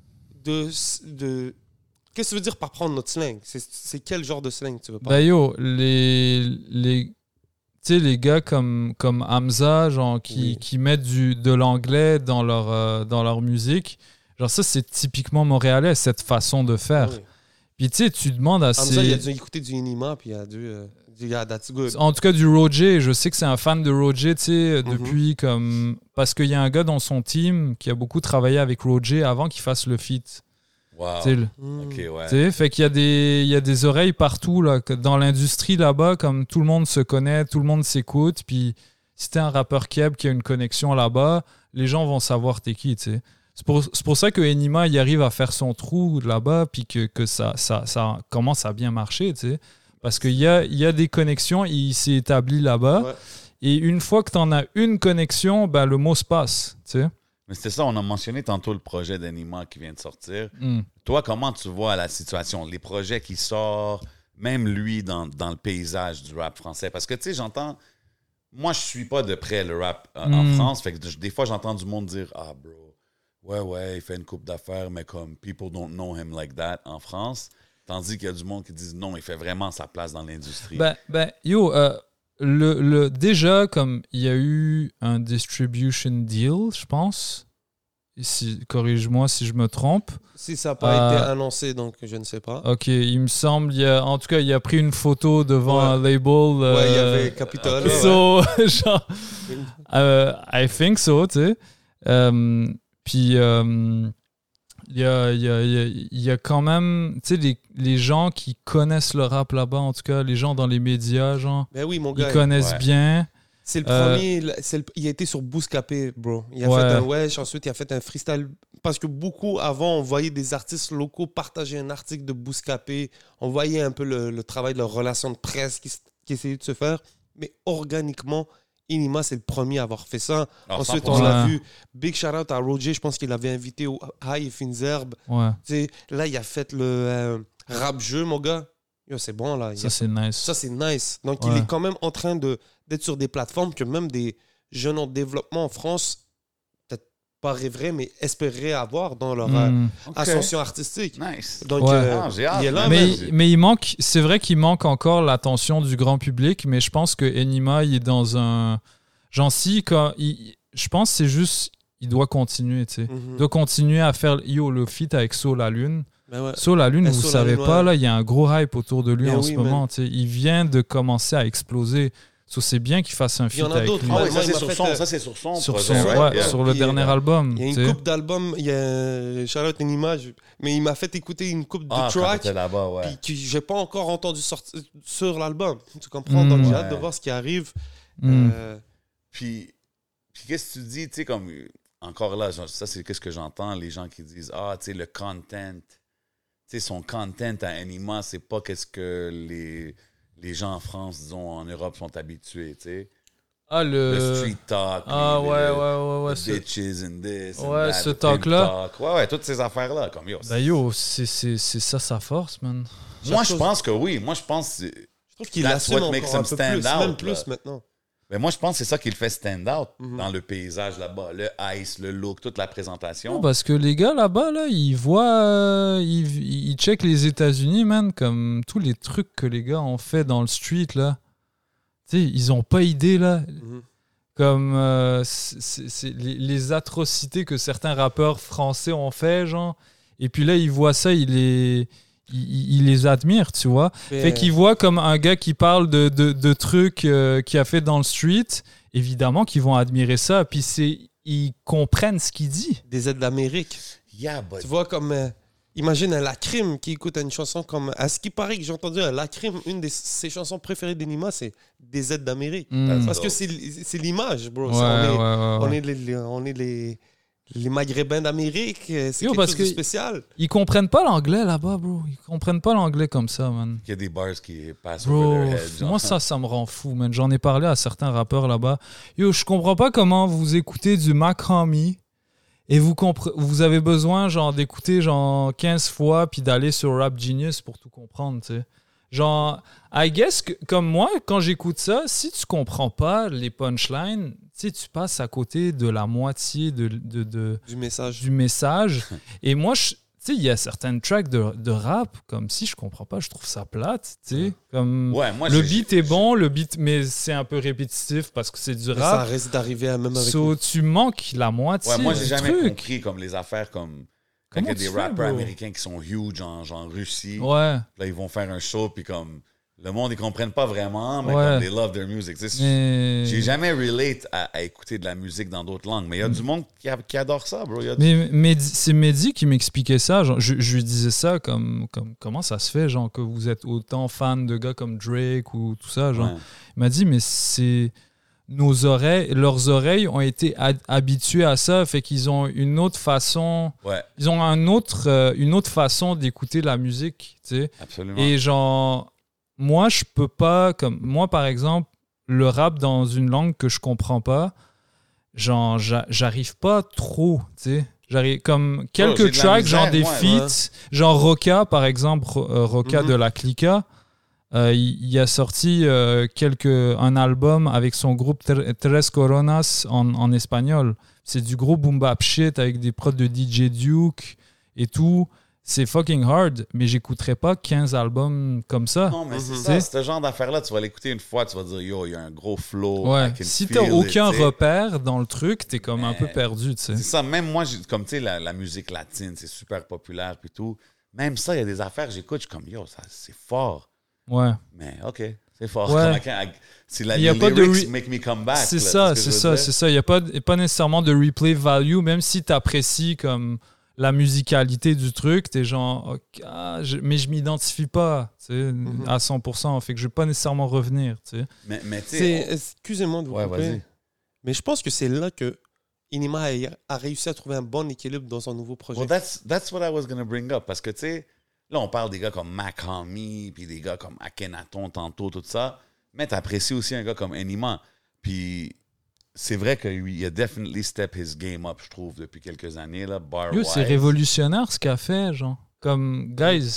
de, de qu'est-ce que tu veux dire par prendre notre slang? C'est, c'est quel genre de slang tu veux Ben parler? yo, les, les, tu sais, les gars comme, comme Hamza, genre, qui, Oui. qui mettent du, de l'anglais dans leur, euh, dans leur musique, genre ça, c'est typiquement montréalais, cette façon de faire. Oui. Puis tu sais, tu demandes à Hamza, ces... il a dû écouter du Inima, puis il a dû euh, dire, yeah, that's good. En tout cas, du Roger, je sais que c'est un fan de Roger, tu sais, Mhm. depuis comme... Parce qu'il y a un gars dans son team qui a beaucoup travaillé avec Roger avant qu'il fasse le feat. Wow. Tu sais, le- Mm. OK, ouais. Tu sais, fait qu'il y a des, il y a des oreilles partout, là, que dans l'industrie là-bas, comme tout le monde se connaît, tout le monde s'écoute, puis si t'es un rappeur keb qui a une connexion là-bas, les gens vont savoir t'es qui, tu sais. C'est pour, c'est pour ça que Enima, il arrive à faire son trou là-bas, puis que, que ça, ça, ça commence à bien marcher, tu sais. Parce qu'il y a, il y a des connexions, il s'est établi là-bas, Ouais. et une fois que t'en as une connexion, ben, le mot se passe, tu sais. Mais c'était ça, on a mentionné tantôt le projet d'Anima qui vient de sortir. Mm. Toi, comment tu vois la situation? Les projets qui sortent, même lui dans, dans le paysage du rap français? Parce que, tu sais, j'entends... Moi, je suis pas de près le rap euh, en Mm. France. Fait que je- des fois, j'entends du monde dire « Ah, bro, ouais, ouais, il fait une coupe d'affaires, mais comme people don't know him like that en France. » Tandis qu'il y a du monde qui dit « Non, il fait vraiment sa place dans l'industrie. Ben, ben, yo, euh, le, le, déjà, comme il y a eu un distribution deal, je pense, si, corrige-moi si je me trompe. Si ça n'a pas Euh, été annoncé, donc je ne sais pas. Ok, il me semble, il y a, en tout cas, il a pris une photo devant Ouais. un label. euh, Ouais, il y avait Capitol. ouais. So, genre, euh, I think so, tu sais. Euh, puis, euh, il y a, il y, a, il y a- il y a quand même, tu sais, les, les gens qui connaissent le rap là-bas, en tout cas, les gens dans les médias, genre, Ben oui, mon ils gars. connaissent ouais. bien. C'est le Euh, premier. le- c'est le- il a été sur Bouscapé, bro. Il a Ouais. fait un wesh, ensuite il a fait un freestyle. Parce que beaucoup avant, on voyait des artistes locaux partager un article de Bouscapé. On voyait un peu le, le travail de leur relation de presse qui, s- qui essayait de se faire. Mais organiquement, Inima, c'est le premier à avoir fait ça. Ah, Ensuite, cent on pour cent. l'a Ouais. vu. Big shout out à Roger, je pense qu'il l'avait invité au High et Fines Herbes. Ouais. Tu sais, là, il a fait le euh, rap-jeu, mon gars. Yo, c'est bon, là. Il y Ça, a- c'est nice. Ça, c'est nice. Donc, Ouais. il est quand même en train de, d'être sur des plateformes que même des jeunes en développement en France, peut-être pas rêveraient, mais espéreraient avoir dans leur euh, Mm. Ok. ascension artistique. Nice. Donc, Ouais. euh, Ah, j'ai hâte, il est là, man. Mais, man. c'est- mais il manque, c'est vrai qu'il manque encore l'attention du grand public, mais je pense que Enima, il est dans un. Genre, si, quand. il- je pense que c'est juste. Il doit continuer, tu sais. Mhm. Il doit continuer à faire. Yo, le feat avec So La Lune. Ben ouais. So La Lune, Eh, vous So La savez Lune, pas, ouais. là, il y a un gros hype autour de lui Mais en oui, ce man. moment, tu sais. Il vient de commencer à exploser. So, c'est bien qu'il fasse un Il y feat en a avec d'autres, lui. Ah Moi, oui, moi, ça, il c'est m'a sur fait, son, euh, ça, c'est sur son Sur, projet, son, right? ouais, Yeah. sur le Puis, dernier euh, album. Il y a tu une sais. coupe d'albums, il y a Charlotte une image, mais il m'a fait écouter une coupe de Ah, quand tracks t'étais là-bas, ouais. puis que j'ai pas encore entendu sortir sur l'album. Tu comprends? Mm. Donc, j'ai Ouais. hâte de voir ce qui arrive. Mm. Euh, Puis, puis qu'est-ce que tu dis, tu sais, comme, encore là, genre, ça, c'est qu'est-ce que j'entends, les gens qui disent, ah, tu sais, le content, tu sais, son content à Enima, c'est pas qu'est-ce que les, les gens en France, disons, en Europe, sont habitués, tu sais. Ah, le. Le street talk, Ah, les, ouais, les- ouais, ouais, ouais. the ce- bitches and this and Ouais, that, ce the pimp talk-là. talk. Ouais, ouais, toutes ces affaires-là, comme, yo. Ben yo, c'est c'est- c'est ça sa force, man. Moi, chaque je chose- pense que oui. Moi, je pense que c'est- je trouve qu'il That's l'assume what makes encore un him peu stand plus, out, même là. plus maintenant. ben, moi, je pense que c'est ça qui le fait stand out Mhm. dans le paysage là-bas. Le ice, le look, toute la présentation. Non, parce que les gars là-bas, là, ils voient, euh, ils, ils checkent les États-Unis, man, comme tous les trucs que les gars ont fait dans le street, là. Tu sais, ils ont pas idée, là. Mhm. Comme euh, c'est- c'est c'est les, les atrocités que certains rappeurs français ont fait, genre. Et puis là, ils voient ça, ils les, ils, ils les admirent, tu vois. Fait qu'ils voient comme un gars qui parle de, de, de trucs euh, qu'il a fait dans le street, évidemment qu'ils vont admirer ça. Puis c'est, ils comprennent ce qu'il dit. Des aides d'Amérique. Yeah, but Tu vois, comme. euh, imagine un Lacrim qui écoute une chanson comme. À ce qui paraît que j'ai entendu un Lacrim, une de ses chansons préférées d'Enima, c'est Des aides d'Amérique. Mm. Parce que c'est c'est l'image, bro. Ouais, C'est- on, est, ouais, ouais, on ouais. est les, les- on est les, les Maghrébins d'Amérique. euh, C'est Yo, quelque parce chose de que- spécial. Ils comprennent pas l'anglais là-bas, bro. Ils comprennent pas l'anglais comme ça, man. il y a des bars qui passent Bro, over their heads. genre. moi ça, ça me rend fou, man. J'en ai parlé à certains rappeurs là-bas. Yo, je comprends pas comment vous écoutez du Macrami et vous, compre- vous avez besoin genre d'écouter genre quinze fois puis d'aller sur Rap Genius pour tout comprendre, tu sais. Genre, I guess que, comme moi, quand j'écoute ça, si tu comprends pas les punchlines, tu sais, tu passes à côté de la moitié de, de, de- Du message. du message. Et moi, je- tu sais, il y a certaines tracks de, de rap, comme si je comprends pas, je trouve ça plate, tu sais. Comme Ouais, moi, le j'ai- beat est bon, le beat, mais c'est un peu répétitif parce que c'est du Mais ça rap. risque d'arriver à même avec So, nous. tu manques la moitié Ouais, moi, j'ai du jamais truc. compris comme les affaires comme. Quand il Comment y a des tu fais, rappers bro? américains qui sont huge en genre Russie, Ouais, là, ils vont faire un show, puis comme. Le monde, ils comprennent pas vraiment, mais Ouais. comme they love their music. Tu sais, mais... j'ai jamais relate à, à écouter de la musique dans d'autres langues, mais il y a du monde qui, a- qui adore ça, bro. Il y a du- Mais, mais c'est Mehdi qui m'expliquait ça. Genre, je, je lui disais ça comme, comme comment ça se fait, genre que vous êtes autant fan de gars comme Drake ou tout ça. Genre, Ouais. il m'a dit mais c'est nos oreilles, leurs oreilles ont été ad- habituées à ça, fait qu'ils ont une autre façon, Ouais, ils ont un autre, euh, une autre façon d'écouter la musique, tu sais. absolument. Et genre, moi, je peux pas, comme moi, par exemple, le rap dans une langue que je comprends pas, genre, j'a- j'arrive pas trop, tu sais. J'arrive, comme quelques j'ai de la tracks, genre misère, des moi, feats, genre Roca, par exemple, Ro- euh, Roca Mhm. de la Clica, euh, il, il a sorti euh, quelques, un album avec son groupe Tre- Tres Coronas en, en espagnol. C'est du gros boom bap shit avec des prods de D J Duke et tout. C'est fucking hard, mais j'écouterais pas quinze albums comme ça. Non, mais c'est Mhm. ça, ce genre d'affaires-là, tu vas l'écouter une fois, tu vas dire, yo, il y a un gros flow. Ouais. I can Si feel t'as it, aucun tu sais. repère dans le truc, t'es comme un Mais- peu perdu, tu sais. C'est ça, même moi, j'ai- comme tu sais, la, la musique latine, c'est super populaire, puis tout. Même ça, il y a des affaires que j'écoute, je suis comme, yo, ça, c'est fort. Ouais. Mais OK, c'est fort. Ouais. Comme, I can't- I- c'est la Il y a les pas de lyrics re- make me come back. C'est là, ça, tu sais ce c'est que je ça, veux c'est dire? ça. Il n'y a pas, pas nécessairement de replay value, même si t'apprécies comme la musicalité du truc, t'es genre, ok, ah, je- mais je m'identifie pas, tu sais, Mhm. à cent pour cent, fait que je vais pas nécessairement revenir, tu sais. Mais, mais tu C'est- sais, Excusez-moi de vous Ouais, couper, vas-y. mais je pense que c'est là que Enima a, a réussi à trouver un bon équilibre dans son nouveau projet. well, that's, that's what I was going to bring up. Parce que, tu sais, là, on parle des gars comme Mac Homie, puis des gars comme Akhenaton tantôt, tout ça. Mais t'apprécies aussi un gars comme Enima. Puis c'est vrai qu'il a definitely step his game up, je trouve, depuis quelques années, là, bar Yo, c'est révolutionnaire ce qu'a fait, genre. Comme, guys,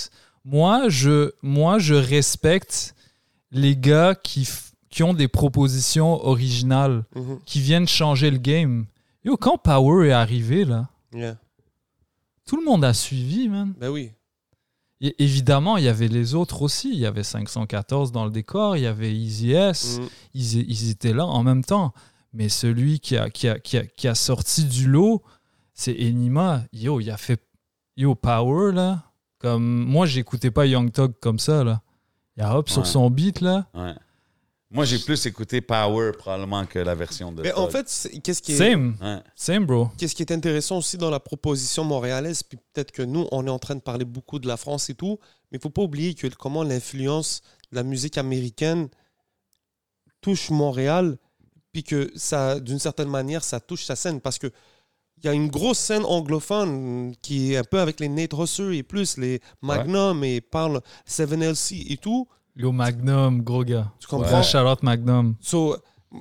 moi, je, moi, je respecte les gars qui, f- qui ont des propositions originales, Mhm. qui viennent changer le game. Yo, quand Power est arrivé, là, Yeah. tout le monde a suivi, man. Ben oui. Et évidemment, il y avait les autres aussi. Il y avait cinq cent quatorze dans le décor, il y avait Easy S. Mhm. Ils, ils étaient là en même temps. Mais celui qui a, qui a, qui a, qui a sorti du lot, c'est Enima. Yo, il a fait... Yo, Power, là. Comme... Moi, j'écoutais pas Young Thug comme ça, là. Il y a Hop sur Ouais. son beat, là. Ouais. Moi, j'ai plus écouté Power probablement que la version de Mais en Thug. fait, c'est- qu'est-ce qui est... Same. Ouais. Same, bro. Qu'est-ce qui est intéressant aussi dans la proposition montréalaise, puis peut-être que nous, on est en train de parler beaucoup de la France et tout, mais il ne faut pas oublier que comment l'influence de la musique américaine touche Montréal, puis que ça, d'une certaine manière, ça touche sa scène, parce que il y a une grosse scène anglophone qui est un peu avec les Nate Rosser et plus les Magnum et parle seven L C et tout. Yo, Magnum, gros gars. Tu comprends? Ouais. Shout-out Magnum. So,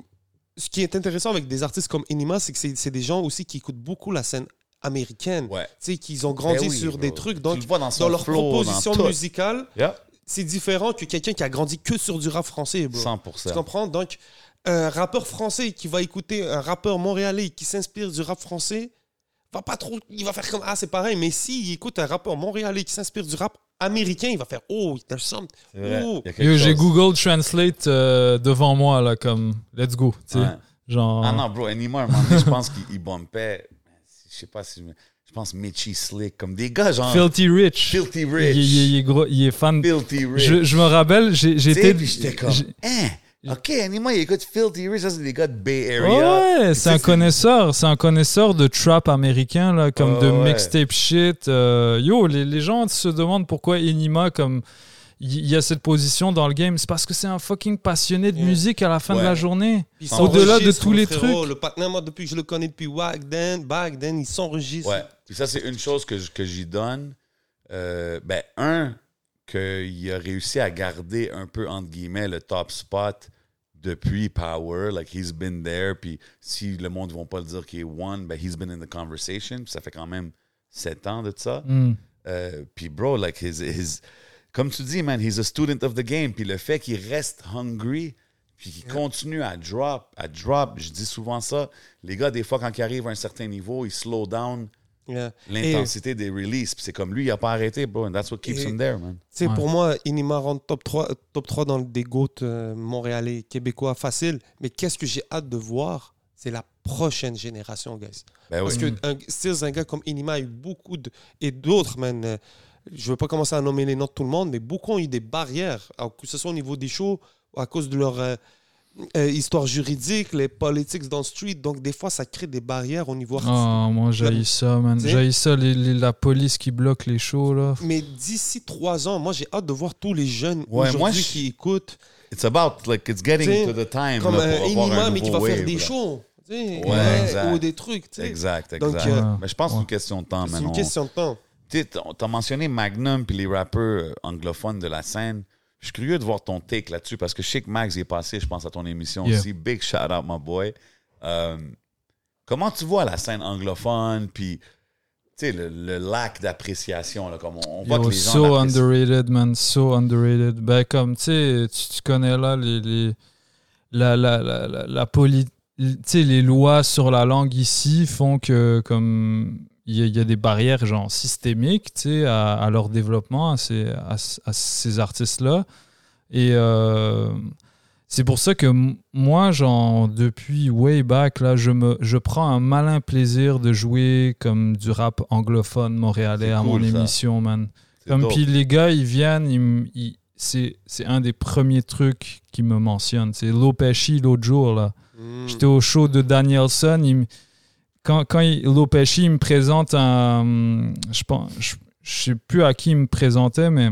ce qui est intéressant avec des artistes comme Enima, c'est que c'est c'est des gens aussi qui écoutent beaucoup la scène américaine. Ouais. Tu sais, qu'ils ont grandi Ben oui, sur bro. des trucs. Tu Donc, le vois dans son dans leur flow, proposition dans tout. musicale, Yeah. c'est différent que quelqu'un qui a grandi que sur du rap français, bro. cent pour Tu cent. comprends? Donc, un rappeur français qui va écouter un rappeur montréalais qui s'inspire du rap français, va pas trop, il va faire comme ah c'est pareil. Mais s'il écoute un rappeur montréalais qui s'inspire du rap américain, il va faire oh there's something. C'est vrai. Oh. Il y a quelque Yo, j'ai chose. Google Translate euh, devant moi, là, comme let's go. Tu sais. Ouais. Genre. Ah non, bro, Enima, à un moment donné, je pense qu'il il bumpait, je sais pas si je me- je pense Mitchy Slick, comme des gars genre Filthy Rich. Filthy Il, Rich. il- il est gros, il est fan. Filthy Rich. Je, je me rappelle, j'ai- Tu sais, j'étais. puis j'étais comme, j'ai- hein, ok, Enima, il écoute Filthy Rich, ça c'est des gars de Bay Area. Ouais, Puis c'est un tu sais, connaisseur, c'est un connaisseur de trap américain là, comme Ouais, de ouais. mixtape shit. Euh, yo, les, les gens se demandent pourquoi Enima comme il y, y a cette position dans le game, c'est parce que c'est un fucking passionné de Yeah. musique à la fin Ouais. de la journée. Puis il Au-delà de s'enregistre, tous mon les frérot. trucs. Le partenaire, moi, depuis que je le connais depuis back then, back then, il s'enregistre. Ouais. Puis ça, c'est une chose que, je- que j'y donne. Euh, ben, un, qu'il a réussi à garder un peu, entre guillemets, le top spot depuis Power. Like, he's been there. Puis si le monde ne va pas le dire qu'il est one, ben, he's been in the conversation. Puis ça fait quand même sept ans de ça. Mm. Euh, puis, bro, like, his, his, comme tu dis, man, he's a student of the game. Puis le fait qu'il reste hungry, puis qu'il continue à drop, à drop, je dis souvent ça. Les gars, des fois, quand ils arrivent à un certain niveau, ils slow down Yeah. l'intensité des releases. Puis c'est comme lui, il n'a pas arrêté, bro. And that's what keeps Et- him there, man. Tu sais, Ouais. pour moi, Inima rentre top trois, top trois dans le des GOAT euh, montréalais, québécois, facile. Mais qu'est-ce que j'ai hâte de voir, c'est la prochaine génération, guys. Ben Parce oui. que un, Stills, un gars comme Inima a eu beaucoup de... Et d'autres, man. euh, je ne veux pas commencer à nommer les noms de tout le monde, mais beaucoup ont eu des barrières, alors que ce soit au niveau des shows, à cause de leur euh, euh, histoire juridique, les politics dans le street. Donc, des fois, ça crée des barrières au niveau artistique. Oh, moi j'haïs ça, man. Tu sais? J'haïs ça, les- les- la police qui bloque les shows, là. Mais d'ici trois ans, moi, j'ai hâte de voir tous les jeunes Ouais, aujourd'hui moi, je- qui écoutent. It's about, like, it's getting T'sais, to the time Comme là, un pour avoir Inima, un mais qui nouveau va faire wave, des là. shows. tu sais, Ouais, ouais, exact. ou des trucs. tu sais. Exact, exact. Donc, euh, Mais je pense que c'est ouais. une question de temps, C'est man. une On- question de temps. Tu sais, t'as t'as mentionné Magnum puis les rappeurs euh, anglophones de la scène. Je suis curieux de voir ton take là-dessus parce que je sais que Max est passé, je pense, à ton émission Yeah. aussi. Big shout out, my boy. Euh, comment tu vois la scène anglophone puis tu sais, le, le lac d'appréciation, là, comme on, on voit Yo, que les gens so l'apprécient. underrated, man. So underrated. Ben, comme, tu sais, tu tu connais là les, les, la, la, la, la, la poli- tu sais, les lois sur la langue ici font que, comme, il y, a- il y a des barrières, genre, systémiques, tu sais, à, à leur développement, à ces, à, à ces artistes-là. Et euh, c'est pour ça que m- moi, genre, depuis way back, là, je, me, je prends un malin plaisir de jouer comme du rap anglophone montréalais C'est à cool, mon ça. émission, man. C'est Comme dope. puis les gars, ils viennent, ils, m- ils- c'est, c'est un des premiers trucs qu'ils me mentionnent. C'est Lopeshi l'autre jour, là. Mm. J'étais au show de Danielson. Il me- quand quand il, Lopeshi il me présente un. Je pense. Je, je sais plus à qui il me présentait, mais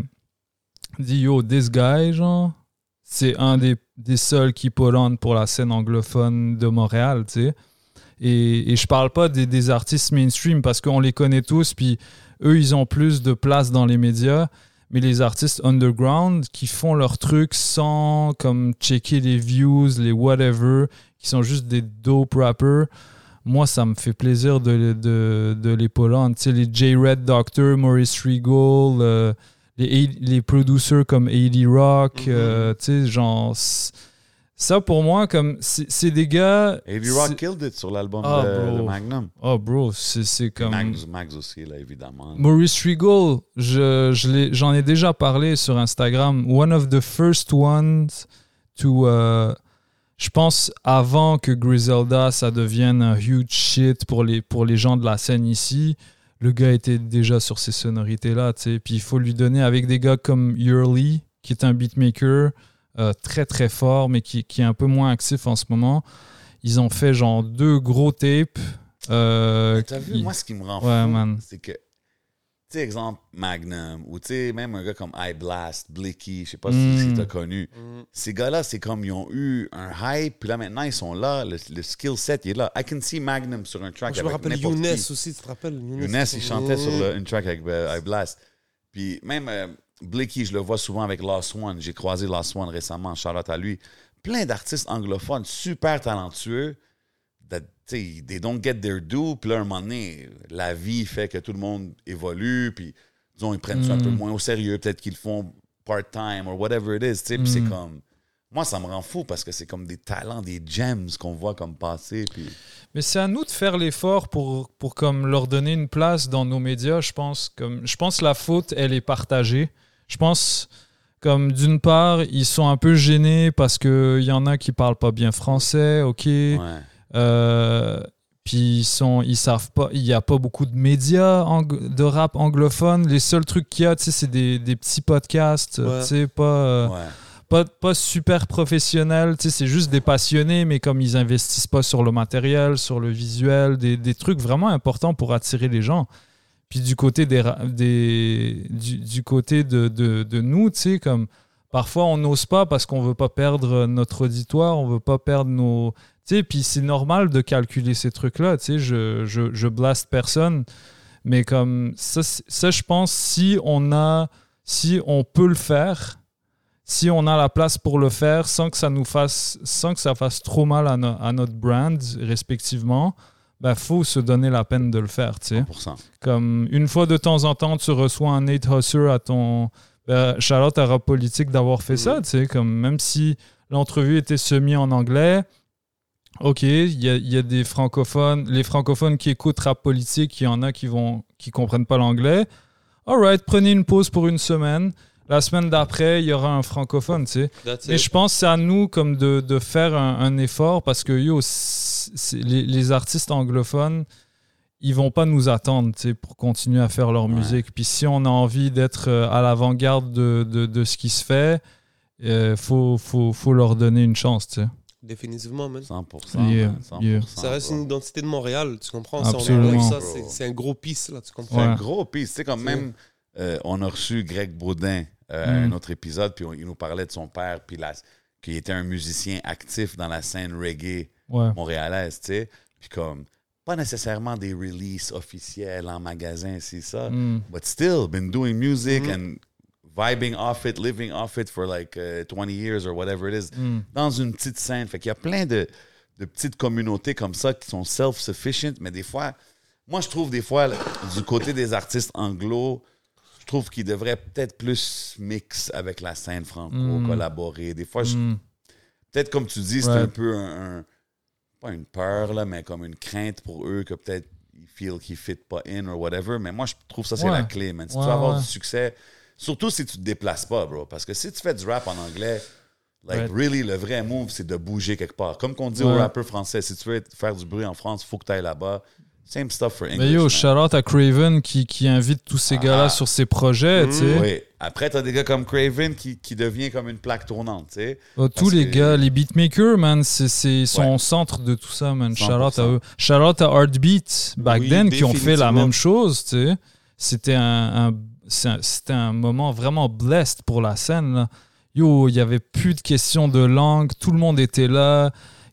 il dit yo, this guy, genre, c'est un des, des seuls qui put on pour la scène anglophone de Montréal, tu sais. Et, et je parle pas des, des artistes mainstream parce qu'on les connaît tous, puis eux, ils ont plus de place dans les médias. Mais les artistes underground qui font leur truc sans comme checker les views, les whatever, qui sont juste des dope rappers, moi, ça me fait plaisir de, de, de les pull on. Tu sais, les J-Red Doctor, Maurice Regal, euh, les, les producers comme A D Rock, Mhm. euh, tu sais, genre... c- Ça, pour moi, comme c'est c'est des gars... A D c'est- Rock killed it sur l'album Ah, de, bro. de Magnum. Oh, bro, c'est c'est comme... Max, Max aussi, là, évidemment. Maurice Regal, je, je l'ai- j'en ai déjà parlé sur Instagram. One of the first ones to... euh, je pense avant que Griselda, ça devienne un huge shit pour les, pour les gens de la scène ici, le gars était déjà sur ces sonorités-là, tu sais. Puis il faut lui donner avec des gars comme Yurley, qui est un beatmaker euh, très très fort, mais qui, qui est un peu moins actif en ce moment. Ils ont fait genre deux gros tapes. Euh, Mais t'as vu, qui- moi, ce qui me rend Ouais, fou, man. c'est que, tu sais, exemple, Magnum, ou tu sais, même un gars comme iBlast, Blicky, je sais pas Mm. si, si t'as connu. Mm. Ces gars-là, c'est comme ils ont eu un hype, puis là, maintenant, ils sont là, le, le skill set, il est là. I can see Magnum sur un track Je me avec rappelle n'importe Younes qui. aussi, tu te rappelles? Younes, il chantait sur le- une track avec euh, iBlast. Puis même euh, Blicky, je le vois souvent avec Lost One. J'ai croisé Lost One récemment, shout out à lui. Plein d'artistes anglophones super talentueux. That, t'sais, they don't get their due. Puis là, un moment donné, la vie fait que tout le monde évolue. Puis, disons, ils prennent ça un Mm. peu moins au sérieux. Peut-être qu'ils le font part-time or whatever it is. T'sais. Puis c'est Mm. comme... Moi, ça me rend fou parce que c'est comme des talents, des gems qu'on voit comme passer. Puis... Mais c'est à nous de faire l'effort pour, pour comme leur donner une place dans nos médias, je pense. Comme, je pense que la faute, elle est partagée. Je pense, comme d'une part, ils sont un peu gênés parce qu'il y en a qui parlent pas bien français, OK. Ouais. Euh, puis ils sont, ils savent pas, il n'y a pas beaucoup de médias ang- de rap anglophone. Les seuls trucs qu'il y a, tu sais, c'est des, des petits podcasts, Ouais. tu sais, pas... euh, Ouais. pas, pas super professionnel, tu sais, c'est juste des passionnés, mais comme ils investissent pas sur le matériel, sur le visuel, des, des trucs vraiment importants pour attirer les gens. Puis du côté, des, ra- des, du, du côté de, de, de nous, tu sais, comme parfois on n'ose pas parce qu'on veut pas perdre notre auditoire, on veut pas perdre nos... Tu sais, puis c'est normal de calculer ces trucs-là, tu sais, je, je, je blaste personne, mais comme ça, c'est- ça, je pense, si on a, si on peut le faire, si on a la place pour le faire sans que ça nous fasse, sans que ça fasse trop mal à, no- à notre brand, respectivement, ben, faut se donner la peine de le faire, tu sais. cent pour cent. Comme une fois de temps en temps, tu reçois un Nate Husser à ton... Ben, shout-out à Rap Politique d'avoir fait ça, tu sais, comme même si l'entrevue était semi en anglais, OK, il y a, il y a des francophones, les francophones qui écoutent Rap Politique, il y en a qui vont qui comprennent pas l'anglais. All right, prenez une pause pour une semaine. La semaine d'après, il y aura un francophone, tu sais. That's Et it. je pense que c'est à nous comme de, de faire un, un effort parce que yo, c'est- c'est- les, les artistes anglophones, ils vont pas nous attendre, tu sais, pour continuer à faire leur Ouais. musique. Puis si on a envie d'être euh, à l'avant-garde de, de, de ce qui se fait, il faut, faut, faut leur donner une chance, tu sais. Définitivement, man. cent pour cent. Yeah, man, cent pour cent, yeah. Ça reste bro. une identité de Montréal, tu comprends? Absolument. Ça, on Bro. c'est- c'est un gros piece, là, tu C'est comprends? Ouais. un gros piece. Tu sais, comme C'est- même, euh, on a reçu Greg Baudin euh, à Mm. un autre épisode, puis on- il nous parlait de son père, puis la- qu'il était un musicien actif dans la scène reggae Ouais. montréalaise, tu sais. Puis comme, pas nécessairement des releases officielles en magasin, c'est ça. Mm. But still, been doing music Mhm. and vibing off it, living off it for like uh, twenty years or whatever it is, Mm. dans une petite scène. Fait qu'il y a plein de, de petites communautés comme ça qui sont self-sufficient, mais des fois, moi, je trouve des fois, là, du côté des artistes anglo, je trouve qu'ils devraient peut-être plus mix avec la scène franco, Mm. collaborer. Des fois, je- Mm. peut-être comme tu dis, c'est Ouais. un peu un, un- pas une peur, là, mais comme une crainte pour eux que peut-être ils feel qu'ils fit pas in or whatever. Mais moi, je trouve ça, c'est Ouais. la clé, man. Si Ouais, tu veux avoir ouais. du succès, surtout si tu te déplaces pas, bro. Parce que si tu fais du rap en anglais, like, Right. really, le vrai move, c'est de bouger quelque part. Comme qu'on dit aux Ouais. rappeurs français, si tu veux être- faire du bruit en France, il faut que tu ailles là-bas. Same stuff for English. Mais yo, man. shout-out à Craven qui, qui invite tous ces Ah. gars-là sur ses projets, tu sais. Oui. Après, tu as des gars comme Craven qui, qui devient comme une plaque tournante, tu sais. Oh, tous Parce les que- gars, les beatmakers, man, c'est, c'est, ils sont Ouais. au centre de tout ça, man. cent Shout pour out cent. à eux. Shout out à Heartbeat, back Oui, then, qui ont fait la définitivement. même chose, tu sais. C'était un, un- c'est un- c'était un moment vraiment blessed pour la scène, là. Yo, il n'y avait plus de questions de langue, tout le monde était là.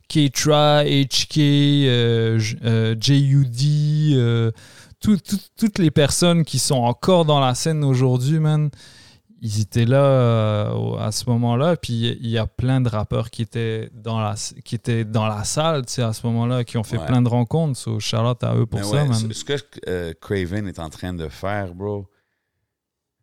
K-Tra, H K, euh, J- euh, J U D, euh, tout- tout- toutes les personnes qui sont encore dans la scène aujourd'hui, man, ils étaient là euh, à ce moment-là. Puis il y a plein de rappeurs qui étaient dans la, qui étaient dans la salle, tu sais, à ce moment-là, qui ont fait Ouais. plein de rencontres. So, shout out à eux pour Mais ça, ouais, man. ce- Ce que euh, Craven est en train de faire, bro, tu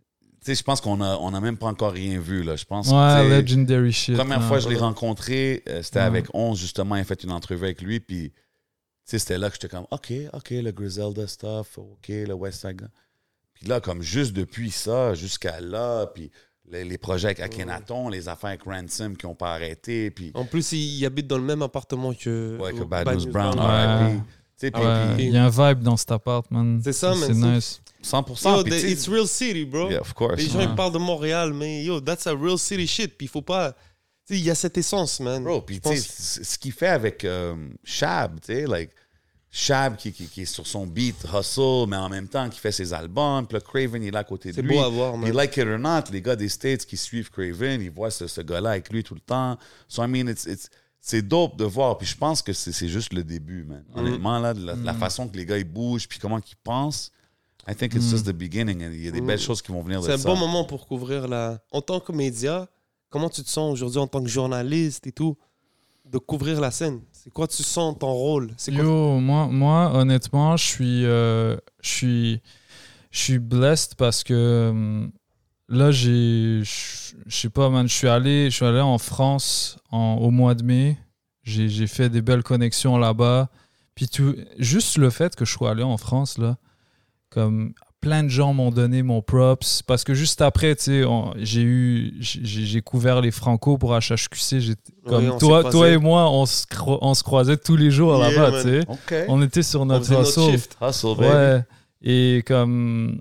sais, je pense qu'on a, on a même pas encore rien vu, là. Je pense Ouais, que, legendary shit. la première hein. fois que je l'ai rencontré, euh, c'était Ouais. avec onze, justement. Il a fait une entrevue avec lui, puis, tu sais, c'était là que j'étais comme, OK, OK, le Griselda stuff, OK, le West Side. Puis là, comme juste depuis ça, jusqu'à là, puis les, les projets avec Akhenaton, les affaires avec Ransom qui n'ont pas arrêté, puis, En plus, il, il habite dans le même appartement que, ouais, que euh, Bad News Brown, Ouais. R I P. Tu sais, puis, Ouais, puis il y a un vibe dans cet appart, man. C'est ça, man, C'est c'est- nice. cent pour cent. Yo, puis, the- tu sais, it's real city, bro. yeah, of course. Les gens, Ouais. ils parlent de Montréal, mais yo, that's a real city shit. Puis il faut pas... Tu sais, il y a cette essence, man. Bro, puis Je tu sais, pense- c- ce qu'il fait avec euh, Shab, tu sais, like, Shab qui, qui, qui est sur son beat Hustle, mais en même temps qui fait ses albums, puis là, Craven, il est là à côté de C'est lui. beau à voir, Puis man. like it or not, les gars des States qui suivent Craven, ils voient ce, ce gars-là avec lui tout le temps. So, I mean, it's, it's, c'est dope de voir. Puis je pense que c'est, c'est juste le début, man. Mm. Honnêtement, là, la, la façon que les gars, ils bougent, puis comment ils pensent, I think it's just the beginning. Il y a des belles choses qui vont venir de C'est un ça. bon moment pour couvrir la... En tant que média, comment tu te sens aujourd'hui en tant que journaliste et tout, de couvrir la scène? C'est quoi tu sens ton rôle? C'est quoi... Yo, moi, moi, honnêtement, je suis, euh, je suis, je suis blessed parce que hum, là, j'ai, je je sais pas, man, je suis allé, je suis allé en France en, au mois de mai. J'ai, j'ai fait des belles connexions là-bas. Puis tout, juste le fait que je sois allé en France, là, comme plein de gens m'ont donné mon props parce que juste après, tu sais, on- j'ai eu, j'ai, j'ai couvert les Franco pour H H Q C. J'étais comme Oui, on toi, s'est toi croisés. et moi, on se, cro- on se croisait tous les jours Yeah, là-bas, man. tu sais. OK. On était sur On notre faisait notre hustle. shift. Hustle, baby. Ouais. Et comme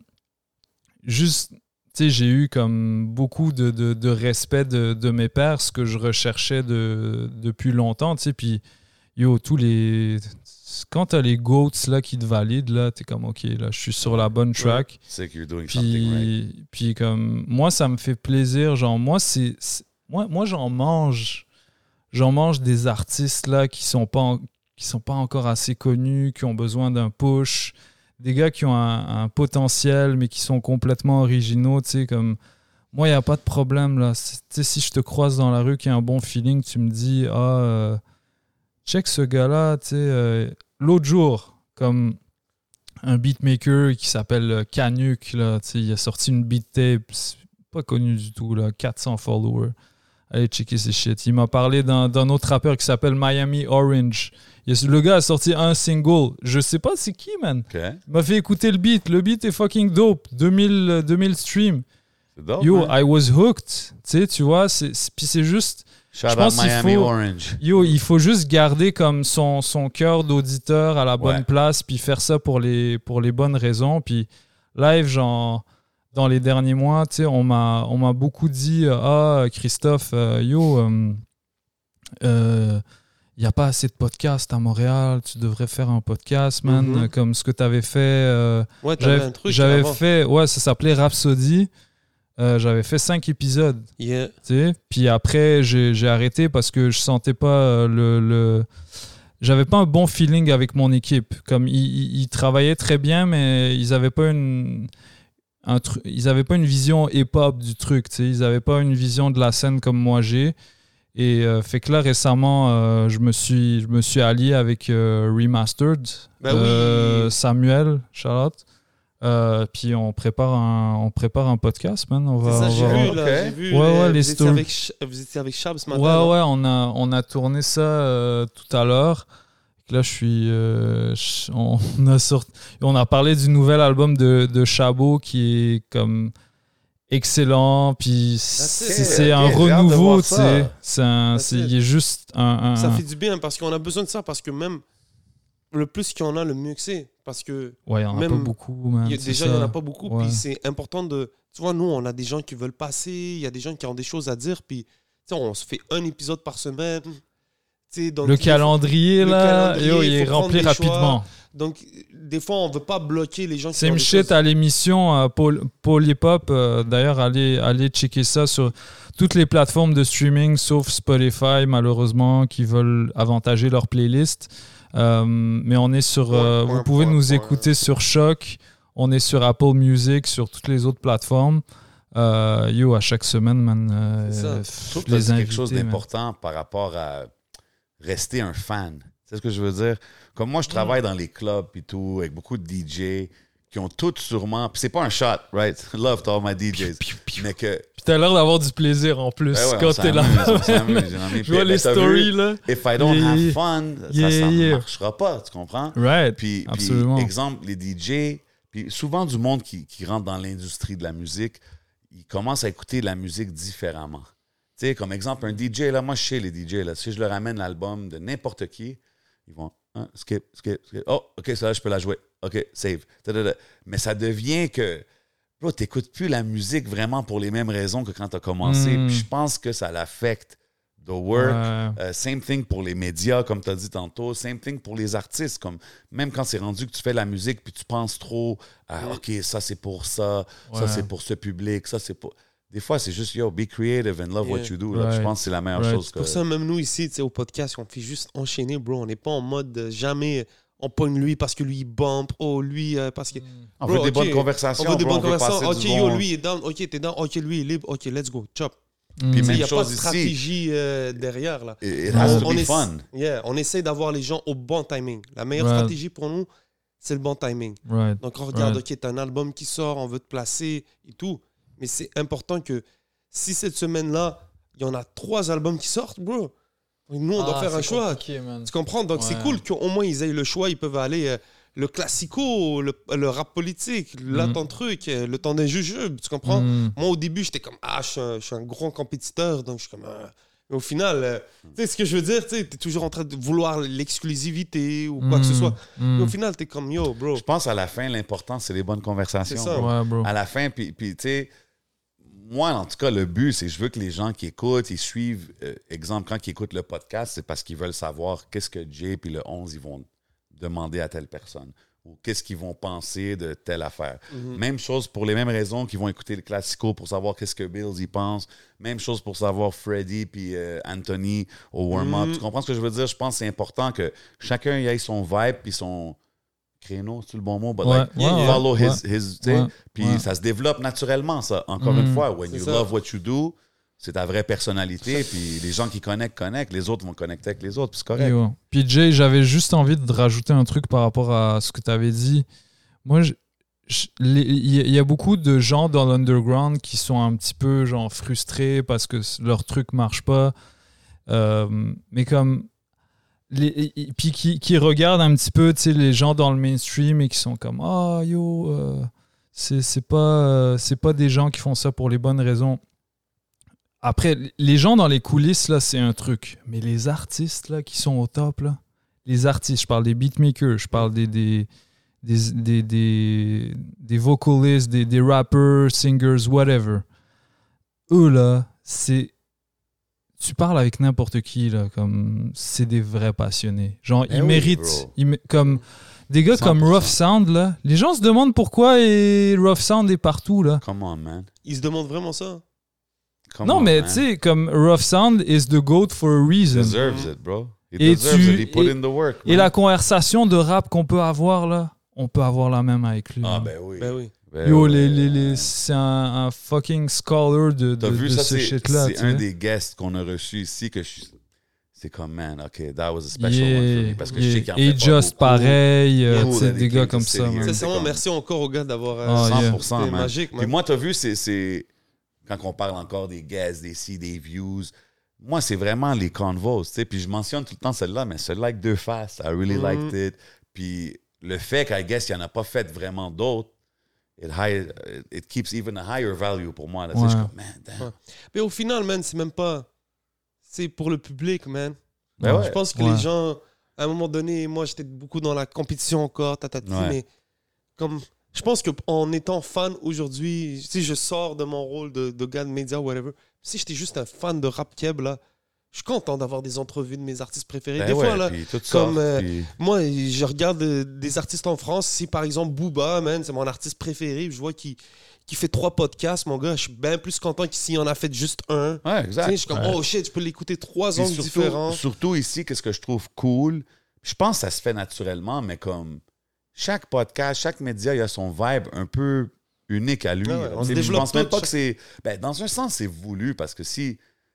juste, tu sais, j'ai eu comme beaucoup de, de, de respect de, de mes pairs, ce que je recherchais de, depuis longtemps, tu sais. Puis, yo, tous les. Quand t'as les GOATs là qui te valident, là, t'es comme, OK, là, je suis sur la bonne track. C'est que you're doing something right. Puis, puis comme, moi, ça me fait plaisir. Genre, moi, c'est. c'est- Moi, moi j'en mange. J'en mange des artistes là qui sont pas en- qui sont pas encore assez connus, qui ont besoin d'un push, des gars qui ont un, un potentiel mais qui sont complètement originaux, tu sais, comme moi il y a pas de problème là. C'est- Tu sais, si je te croise dans la rue qui a un bon feeling, tu me dis ah euh, check ce gars là, tu sais, euh, l'autre jour comme un beatmaker qui s'appelle euh, Canuck là, tu sais, il a sorti une beat tape, c'est pas connu du tout là, quatre cents followers. Allez checker ces shit. Il m'a parlé d'un, d'un autre rappeur qui s'appelle Miami Orange. Il y a- le gars a sorti un single. Je sais pas c'est qui, man. OK. Il m'a fait écouter le beat. Le beat est fucking dope. deux mille, euh, deux mille streams. C'est dope, Yo, man. I was hooked. Tu sais, tu vois, c'est, c'est- puis c'est juste... Shout je out pense qu'il Miami faut- Orange. Yo, il faut juste garder comme son, son cœur d'auditeur à la bonne Ouais. place, puis faire ça pour les, pour les bonnes raisons. Puis live, genre, dans les derniers mois, tu sais, on m'a, on m'a beaucoup dit euh, ah, Christophe, euh, yo, il euh, n'y a pas assez de podcasts à Montréal, tu devrais faire un podcast, man, Mhm. comme ce que tu avais fait. euh, Ouais, t'avais j'avais un truc j'avais avant. fait, ouais, ça s'appelait Rhapsody. Euh, j'avais fait cinq épisodes. Yeah. Tu sais. Puis après, j'ai j'ai arrêté parce que je sentais pas euh, le. le... J'avais pas un bon feeling avec mon équipe. Comme ils, ils- ils travaillaient très bien, mais ils avaient pas une. Un tru- ils avaient pas une vision hip-hop du truc. Tu sais. Ils avaient pas une vision de la scène comme moi j'ai. Et euh, fait que là, récemment, euh, je, me suis, je me suis allié avec euh, Remastered. Ben oui. Euh, Samuel, Charlotte. Euh, puis on prépare un, on prépare un podcast, man. On va, C'est ça, on j'ai va- vu, là. Ok. J'ai vu. Ouais, euh, ouais, les vous, étiez stories. avec, Ch- vous étiez avec Chab ce matin. Ouais, non? ouais, on a, on a tourné ça euh, tout à l'heure. Là, je suis. euh, je- on, a sorti, on a parlé du nouvel album de, de Chabot qui est comme excellent. Puis c'est, it. c'est Ok, un j'ai hâte de renouveau, voir tu ça. sais. C'est un- That's c'est- it. il est juste un. un- Ça fait du bien parce qu'on a besoin de ça, parce que même le plus qu'il y en a, le mieux que c'est. Parce que Ouais, il n'y en a même- pas beaucoup, man. il y a- c'est déjà, il n'y en ça. a pas beaucoup. Ouais. Puis c'est important de. Tu vois, nous, on a des gens qui veulent passer, il y a des gens qui ont des choses à dire. Puis, tu sais, on se fait un épisode par semaine. Tu sais, donc, Le il faut- calendrier, le là, calendrier, yo, il il est faut prendre rempli des rapidement. Donc, des fois, on ne veut pas bloquer les gens qui ont Same des shit choses- à l'émission euh, Paul, Paul Hip Hop. euh, D'ailleurs, allez, allez checker ça sur toutes les plateformes de streaming, sauf Spotify, malheureusement, qui veulent avantager leur playlist. Euh, mais on est sur. euh, Point, vous point, pouvez point, nous point. écouter sur Choc. On est sur Apple Music, sur toutes les autres plateformes. Euh, yo, à chaque semaine, man. euh, C'est ça. pff, Je trouve que les c'est quelque invités, chose man. d'important par rapport à rester un fan. Tu sais ce que je veux dire? Comme moi, je travaille dans les clubs et tout, avec beaucoup de D J qui ont toutes sûrement... Puis c'est pas un shot, right? Love to all my D Js. Mais que... Puis t'as l'air d'avoir du plaisir en plus Ben ouais, quand on t'es là. s'amuse, on s'amuse, j'ai envie. Je vois Ben, les t'as stories, vu, là. If I don't Yeah, have yeah. fun, Yeah, ça, ça ne yeah. marchera pas, tu comprends? Right, Puis, puis absolument. exemple, les D J, puis souvent du monde qui, qui rentre dans l'industrie de la musique, ils commencent à écouter la musique différemment. Tu sais, comme exemple, un D J, là, moi, je sais les D J, là, si je leur amène l'album de n'importe qui, ils vont hein, skip, skip, skip. Oh, OK, ça, là, je peux la jouer. OK, save. Ta-da-da. Mais ça devient que, bro, t'écoutes plus la musique vraiment pour les mêmes raisons que quand t'as commencé. Mm. Puis je pense que ça l'affecte. The work. Ouais. Uh, same thing pour les médias, comme tu as dit tantôt. Same thing pour les artistes. Comme, même quand c'est rendu que tu fais la musique puis tu penses trop à OK, ça c'est pour ça, ça Ouais. c'est pour ce public, ça c'est pour. Des fois, c'est juste yo, be creative and love Yeah. what you do. Là. Right. Je pense que c'est la meilleure Right. chose. C'est pour que... ça, même nous ici, tu sais, au podcast, on fait juste enchaîner, bro. On n'est pas en mode euh, jamais on pogne lui parce que lui il bump. Oh, lui euh, parce que. On Bro, veut des ok, bonnes conversations. On veut des bro, bonnes veut conversations. passer Ok, du yo, bon. lui il est down. Ok, t'es down. Ok, lui il est libre. Ok, let's go. Chop. Mm. Puis Il même n'y a pas chose de ici. stratégie euh, derrière, là. It, it has to on, be essa- fun. Yeah, on essaie d'avoir les gens au bon timing. La meilleure Ouais. stratégie pour nous, c'est le bon timing. Right. Donc, on regarde, Right. OK, t'as un album qui sort, on veut te placer et tout. Mais c'est important que si cette semaine-là, il y en a trois albums qui sortent, bro, nous, on doit Ah, faire un c'est choix. compliqué, man. Tu comprends? Donc, c'est Ouais. cool qu'au moins, ils aient le choix. Ils peuvent aller euh, le classico, le, le rap politique, là, Mm. ton truc, euh, le temps d'un jujube. Tu comprends? Mm. Moi, au début, j'étais comme, ah, je suis un, je suis un grand compétiteur, donc je suis comme, ah. Mais au final, euh, tu sais ce que je veux dire? Tu es toujours en train de vouloir l'exclusivité ou quoi que ce Mm. soit. Mm. Mais au final, tu es comme, yo, bro. Je pense à la fin, l'important, c'est les bonnes conversations. C'est ça. bro. Ouais, bro. À la fin, puis, puis tu sais, moi, en tout cas, le but, c'est que je veux que les gens qui écoutent, ils suivent, euh, exemple, quand ils écoutent le podcast, c'est parce qu'ils veulent savoir qu'est-ce que Jay puis le onze, ils vont demander à telle personne ou qu'est-ce qu'ils vont penser de telle affaire. Mhm. Même chose pour les mêmes raisons qu'ils vont écouter le Classico pour savoir qu'est-ce que Bills y pense. Même chose pour savoir Freddie puis euh, Anthony au warm-up. Mhm. Tu comprends ce que je veux dire? Je pense que c'est important que chacun y ait son vibe puis son créneau, c'est le bon mot, but Ouais, like, ouais, ouais, follow ouais. his, his tu sais, Ouais, puis ouais. ça se développe naturellement, ça. Encore Mm. une fois, when C'est you ça. love what you do, c'est ta vraie personnalité, puis les gens qui connectent, connectent, les autres vont connecter avec les autres, puis c'est correct. Yo. Puis Jay, j'avais juste envie de rajouter un truc par rapport à ce que tu avais dit. Moi, je- je- les- il y, a- il y a beaucoup de gens dans l'underground qui sont un petit peu genre frustrés parce que c- leur truc marche pas. Euh, mais comme les, et- et- puis qui, qui regardent un petit peu, tu sais, les gens dans le mainstream et qui sont comme ah yo, euh, c'est c'est pas euh, c'est pas des gens qui font ça pour les bonnes raisons. Après, les gens dans les coulisses, là, c'est un truc. Mais les artistes, là, qui sont au top, là, les artistes, je parle des beatmakers, je parle des, des, des, des, des, des vocalistes, des, des rappers, singers, whatever. Eux, là, c'est... Tu parles avec n'importe qui, là, comme... C'est des vrais passionnés. Genre, Ben ils oui, méritent... bro. ils mé- comme... Des gars cent comme pour cent. Rough Sound, là, les gens se demandent pourquoi et Rough Sound est partout, là. Come on, man. Ils se demandent vraiment ça. Come Non, on, mais man. tu sais, comme Rough Sound is the GOAT for a He reason. deserves it, bro. He Et deserves tu- it. He put et- in the work, Et man. la conversation de rap qu'on peut avoir là, on peut avoir la même avec lui. Ah, là. ben oui. Ben oui. Ben Yo, oui. les, les, les- c'est un, un fucking scholar de, T'as de, vu, de ça, ce c'est shit-là. c'est tu un sais. des guests qu'on a reçu ici que je... C'est comme, man, OK, that was a special Yeah, one for me. Parce que je sais qu'il en et fait pas Just beaucoup. pareil, euh, Cool, tu sais, that des he gars came to comme sit ça. here. man. C'est Sincèrement, comme- merci encore aux gars d'avoir. euh, Ah, yeah. cent pour cent, C'était man. magique, man. Puis moi, t'as vu, c'est, c'est... Quand on parle encore des guests, des si, des views, moi, c'est vraiment les convos, tu sais. Puis je mentionne tout le temps celle-là, mais celle-là avec deux faces, I really Mhm. liked it. Puis le fait qu'I guess, il n'y en a pas fait vraiment d'autres, it, high, it keeps even a higher value pour moi. Là. Tu sais, Ouais. je suis comme, man, damn. Ouais. Mais au final, man, c'est même pas. C'est pour le public, man. Ben ouais. Je pense que Ouais. les gens, à un moment donné, moi, j'étais beaucoup dans la compétition encore, tatati, Ouais. mais comme. Je pense qu'en étant fan aujourd'hui, si je sors de mon rôle de, de gars de médias, whatever, si j'étais juste un fan de rap keb, là, je suis content d'avoir des entrevues de mes artistes préférés. Ben des ouais, fois, là, puis tout comme, ça. euh, puis- moi, je regarde euh, des artistes en France. Si par exemple Booba, man, c'est mon artiste préféré, je vois qu'il qu'il fait trois podcasts, mon gars, je suis bien plus content que s'il en a fait juste un. Ouais, Tu exact. sais, je suis comme, Ouais. oh shit, je peux l'écouter trois Puis angles surtout, différents. surtout ici, qu'est-ce que je trouve cool, je pense que ça se fait naturellement, mais comme chaque podcast, chaque média, il a son vibe un peu unique à lui. Ouais, ouais, là. on se Tu sais, je développe pense même tout, pas chaque- que c'est... Ben, dans un sens, c'est voulu, parce que si,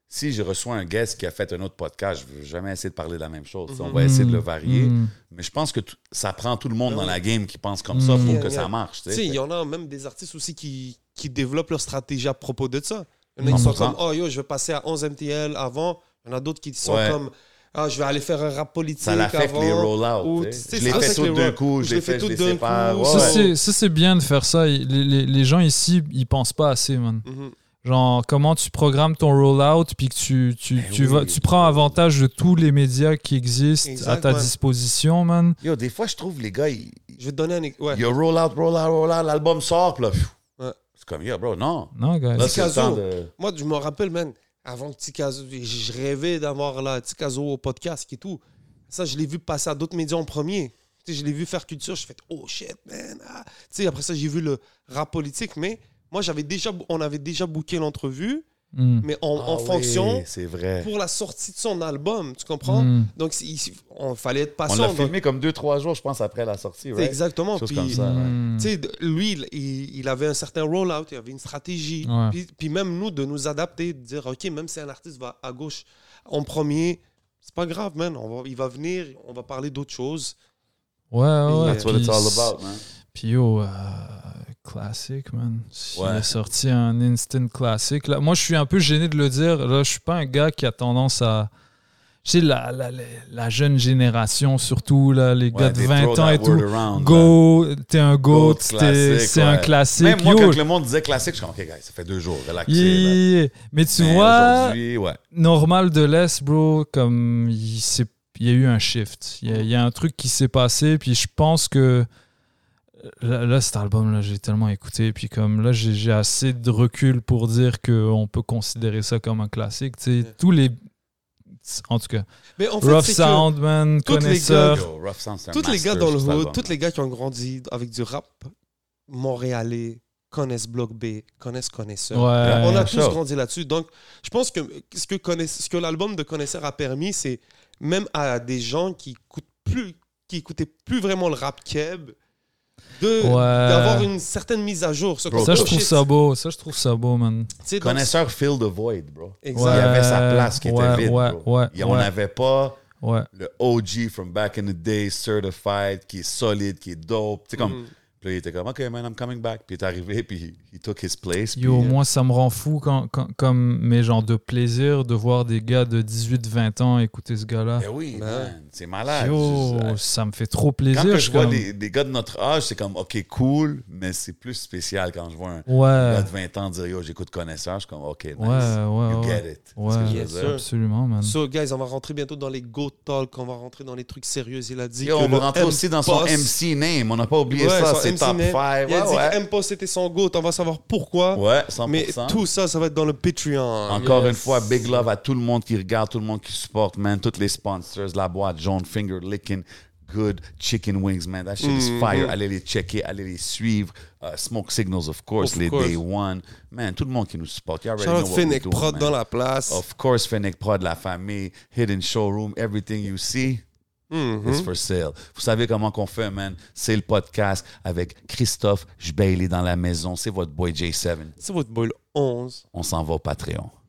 si je reçois un guest qui a fait un autre podcast, je ne vais jamais essayer de parler de la même chose. Mm-hmm. On va essayer de le varier. Mm-hmm. Mais je pense que t- ça prend tout le monde ouais. dans la game qui pense comme mm-hmm. ça pour yeah, que yeah. ça marche. Tu sais, il y en a même des artistes aussi qui, qui développent leur stratégie à propos de ça. Il y en a qui sont comme, oh yo, je vais passer à onze M T L avant. Il y en a d'autres qui sont ouais. comme... Ah, je vais aller faire un rap politique avant. Ça l'affecte les roll-out. Je les fais tout d'un coup, je les fais, je les sépare. Ouais, ça, ouais. c'est, ça, c'est bien de faire ça. Les, les, les gens ici, ils pensent pas assez, man. Mm-hmm. Genre, comment tu programmes ton roll-out puis que tu, tu, tu, oui, vas, tu prends avantage de tous les médias qui existent exact, à ta ouais. disposition, man. Yo, des fois, je trouve les gars, ils... Je vais te donner un... Ouais. Yo, roll-out, roll-out, roll-out, l'album sort, là. Ouais. C'est comme, yo, bro, non. Non, gars. Là, c'est le temps de... Moi, je me rappelle, man... Avant que Tikazo, je rêvais d'avoir là, Tikazo au podcast et tout. Ça, je l'ai vu passer à d'autres médias en premier. Tu sais, je l'ai vu faire culture, je fais oh shit, man. Ah. Tu sais, après ça, j'ai vu le rap politique, mais moi, j'avais déjà, on avait déjà booké l'entrevue, mm. mais en, ah en oui, fonction c'est vrai. Pour la sortie de son album, tu comprends? Mm. Donc, il, il fallait être patient. On l'a filmé donc... comme deux, trois jours, je pense, après la sortie. Right? Exactement. Chose puis, comme ça. Mm. Tu sais, lui, il, il avait un certain roll-out, il avait une stratégie. Ouais. Puis, puis même nous, de nous adapter, de dire, OK, même si un artiste va à gauche en premier, c'est pas grave, man. On va, il va venir, on va parler d'autres choses. Ouais, ouais. That's what it's all about, man. Puis yo, euh, classique, man. Il ouais. a sorti un instant classique. Là, moi, je suis un peu gêné de le dire. Là, je suis pas un gars qui a tendance à... Tu sais, la, la, la, la jeune génération, surtout, là, les ouais, gars de vingt ans et tout. Around, go, là. T'es un goat, t'es, c'est ouais. un classique. Même moi, yo, quand le monde disait classique, je suis comme, OK, guys, ça fait deux jours, relaxé. Yeah. Mais tu Mais vois, ouais. Normal de l'Est, bro, comme il, il y a eu un shift. Il y a, il y a un truc qui s'est passé, puis je pense que Là, là, cet album-là, j'ai tellement écouté. Puis comme là, j'ai, j'ai assez de recul pour dire qu'on peut considérer ça comme un classique. Tu sais, yeah. tous les... En tout cas, mais en fait, Rough Sound, man, connaisseur. Tous les gars dans le hood, tous les gars qui ont grandi avec du rap montréalais, connaissent Bloc B, connaissent Connaisseur. Ouais, on a tous sure. grandi là-dessus. Donc, je pense que ce que, connaiss- ce que l'album de Connaisseur a permis, c'est même à des gens qui écoutent plus, qui écoutaient plus vraiment le rap keb, De, ouais. d'avoir une certaine mise à jour. Bro, ça, je trouve ça beau. Ça, je trouve ça beau, man. Connaisseur donc... fill the void, bro. Exact. Ouais, il y avait sa place qui était ouais, vide, ouais, bro. Ouais, Et on n'avait ouais. pas ouais. le O G from back in the day, certified, qui est solide, qui est dope. Tu sais, comme... Mm. Puis là, il était comme, OK, man, I'm coming back. Puis il est arrivé, puis he took his place. Yo, puis, moi, ça me rend fou quand, quand, comme mes genres de plaisir de voir des gars de dix-huit vingt ans écouter ce gars-là. Ben oui, man, c'est malade. Yo, Juste, ça me fait trop plaisir. Quand je, je vois comme... des, des gars de notre âge, c'est comme, OK, cool, mais c'est plus spécial quand je vois un ouais. gars de vingt ans dire, yo, j'écoute Connaisseur. Je suis comme, OK, nice. Ouais, ouais, you ouais. get it. Ouais, yes, absolument, man. So, guys, on va rentrer bientôt dans les Go Talk, on va rentrer dans les trucs sérieux. Il a dit yo, que on va rentrer aussi dans son M C name. On n'a pas oublié ouais, ça, c'est top cinq. Il a dit ouais. que M-Post c'était son GOAT, on va savoir pourquoi. Ouais, cent pour cent. Mais tout ça, ça va être dans le Patreon. Encore yes. une fois, big love à tout le monde qui regarde, tout le monde qui supporte, man. Tous les sponsors, la boîte jaune, finger licking, good chicken wings, man. That shit mm-hmm. is fire. Allez les checker, allez les suivre. Uh, Smoke Signals, of course, of les course. Day One. Man, tout le monde qui nous supporte. You already know what Fennec we do, Prod man. dans la place. Of course, Fennec Prod, la famille, Hidden Showroom, everything you see. Mm-hmm. It's for sale. Vous savez comment qu'on fait, man? C'est le podcast avec Christophe Jbailey dans la maison. C'est votre boy J sept. C'est votre boy le onze. On s'en va au Patreon.